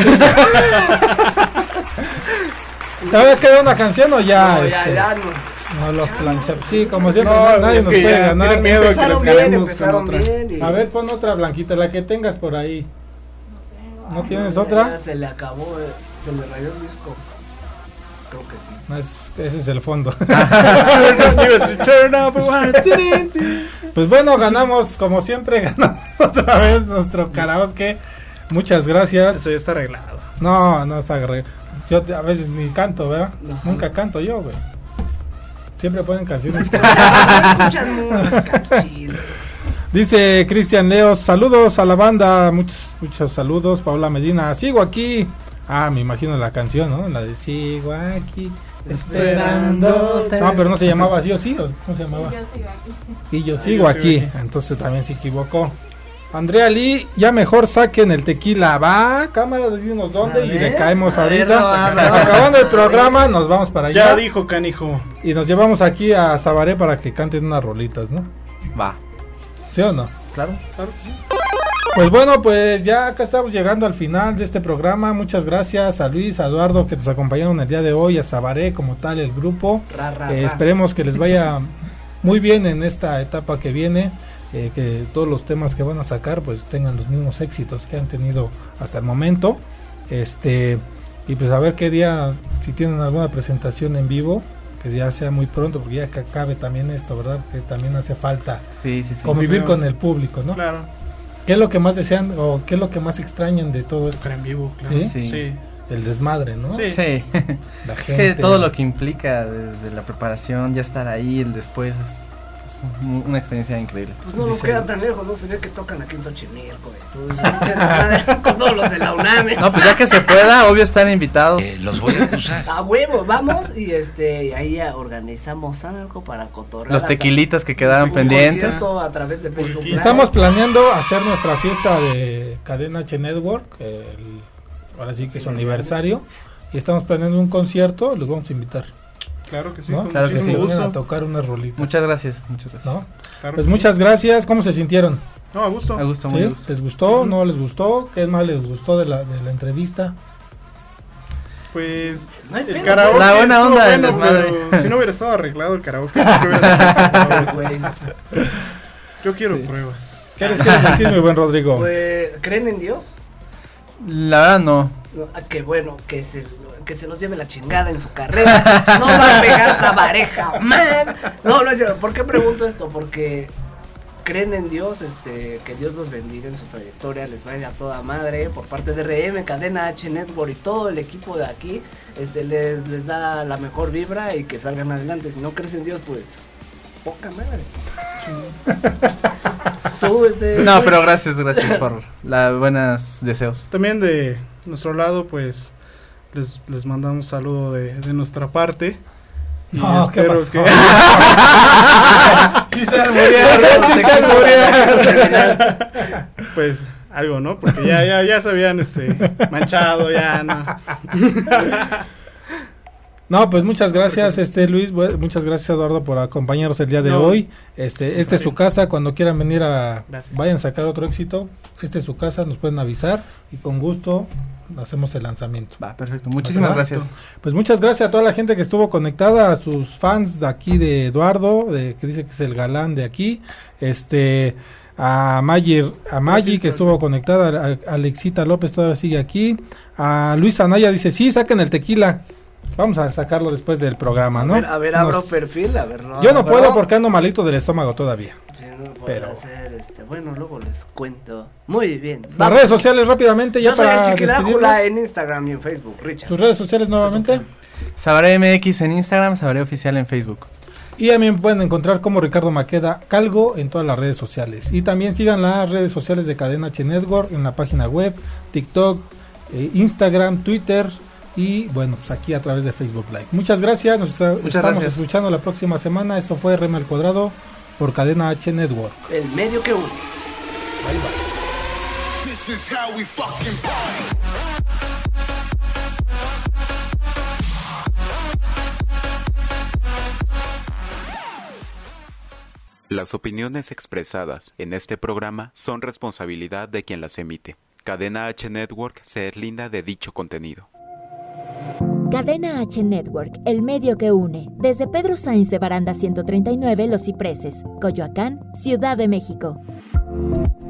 ¿Todavía queda una canción o ya? No, ya no los planchamos. Sí, como siempre, No, nadie es nos que puede ya ganar. tienen miedo de que les ganemos con empezaron otra. bien. A ver, pon otra, Blanquita, la que tengas por ahí. ¿No tienes otra? Ya se le acabó, se le rayó el disco. Creo que sí. No, ese es el fondo. Pues bueno, ganamos, como siempre, ganamos otra vez nuestro karaoke. Muchas gracias. Eso ya está arreglado. No está arreglado. Yo a veces ni canto, ¿verdad? No. Nunca canto yo, güey. Siempre ponen canciones. Escuchan música, chido. Dice Cristian Leos, saludos a la banda, muchos saludos. Paula Medina, sigo aquí. Me imagino la canción, ¿no? La de sigo aquí esperándote. No, pero no se llamaba así o sí, ¿cómo se llamaba? Y yo sigo aquí. Entonces también se equivocó. Andrea Lee, ya mejor saquen el tequila. Va, cámara, dinos dónde y le caemos ahorita. Acabando el programa, nos vamos para allá. Ya dijo canijo. Y nos llevamos aquí a Sabaré para que canten unas rolitas, ¿no? Va. ¿Sí o no? Claro que sí. Pues bueno, pues ya acá estamos llegando al final de este programa. Muchas gracias a Luis, a Eduardo que nos acompañaron el día de hoy, a Sabaré como tal, el grupo. Esperemos que les vaya muy bien en esta etapa que viene. Que todos los temas que van a sacar pues tengan los mismos éxitos que han tenido hasta el momento. Y pues a ver qué día, si tienen alguna presentación en vivo, que ya sea muy pronto, porque ya que acabe también esto, ¿verdad? Que también hace falta convivir con el público, ¿no? Claro. ¿Qué es lo que más desean o qué es lo que más extrañan de todo esto? En vivo, claro. Sí. El desmadre, ¿no? Sí. La es gente. que todo lo que implica desde la preparación, ya estar ahí, el después es una experiencia increíble. Pues no nos queda tan lejos, no se ve que tocan aquí en Xochimilco, güey. Con todos los de la UNAM. No, pues ya que se pueda, obvio están invitados. Los voy a acusar. A huevo, vamos y ahí organizamos algo para cotorrear. Los tequilitas que quedaron pendientes. A través de Facebook. Y estamos planeando hacer nuestra fiesta de Cadena H Network, ahora sí que es su aniversario, y estamos planeando un concierto, los vamos a invitar. Claro que sí, ¿no? Claro que sí. Vayan a tocar unas rolitas. Muchas gracias. ¿No? Claro pues muchas gracias. ¿Cómo se sintieron? No, a gusto. A gusto, muy a gusto. ¿Les gustó? ¿No les gustó? ¿Qué más les gustó de la entrevista? Pues el karaoke, la buena onda del desmadre. Si no hubiera estado arreglado el karaoke, yo quiero pruebas. ¿Qué les quieres decir, mi buen Rodrigo? Pues, ¿creen en Dios? La verdad no. Que bueno, que se los lleve la chingada en su carrera. No va a pegar Sabaré jamás. No es cierto. ¿Por qué pregunto esto? Porque creen en Dios, que Dios los bendiga en su trayectoria, les vaya a toda madre por parte de RM, Cadena H Network y todo el equipo de aquí, les da la mejor vibra y que salgan adelante. Si no crees en Dios, pues poca madre. Tú, No, pero gracias por los buenos deseos. También de nuestro lado, pues les mandamos un saludo de nuestra parte. No, ¿qué pasó? Que sí se murieron. Pues algo, ¿no? Porque ya se habían manchado, ya no. No, pues muchas gracias, Luis, muchas gracias, Eduardo, por acompañarnos el día de hoy. Esta es su casa, cuando quieran venir vayan a sacar otro éxito, esta es su casa, nos pueden avisar y con gusto hacemos el lanzamiento. Va, perfecto, muchísimas gracias. Pues muchas gracias a toda la gente que estuvo conectada, a sus fans de aquí de Eduardo, que dice que es el galán de aquí, a Maggi que estuvo conectada, a Alexita López todavía sigue aquí, a Luis Anaya dice, sí, saquen el tequila. Vamos a sacarlo después del programa, ¿no? A ver, abro perfil, a ver. Yo no puedo porque ando malito del estómago todavía. Sí, no puedo hacer, bueno, luego les cuento. Muy bien. Las redes sociales rápidamente ya para despedirnos. Yo soy el Chiquidrácula en Instagram y en Facebook, Richard. ¿Sus redes sociales nuevamente? Sabaré MX en Instagram, Sabaré Oficial en Facebook. Y a mí me pueden encontrar como Ricardo Maqueda Calgo en todas las redes sociales. Y también sigan las redes sociales de Cadena H Network en la página web, TikTok, Instagram, Twitter. Y bueno, pues aquí a través de Facebook Live. Muchas gracias, estamos escuchando la próxima semana. Esto fue RM al Cuadrado por Cadena H Network. El medio que une. Bye bye. This is how we fucking party. Las opiniones expresadas en este programa son responsabilidad de quien las emite. Cadena H Network se deslinda de dicho contenido. Cadena H Network, el medio que une. Desde Pedro Sainz de Baranda 139, Los Cipreses, Coyoacán, Ciudad de México.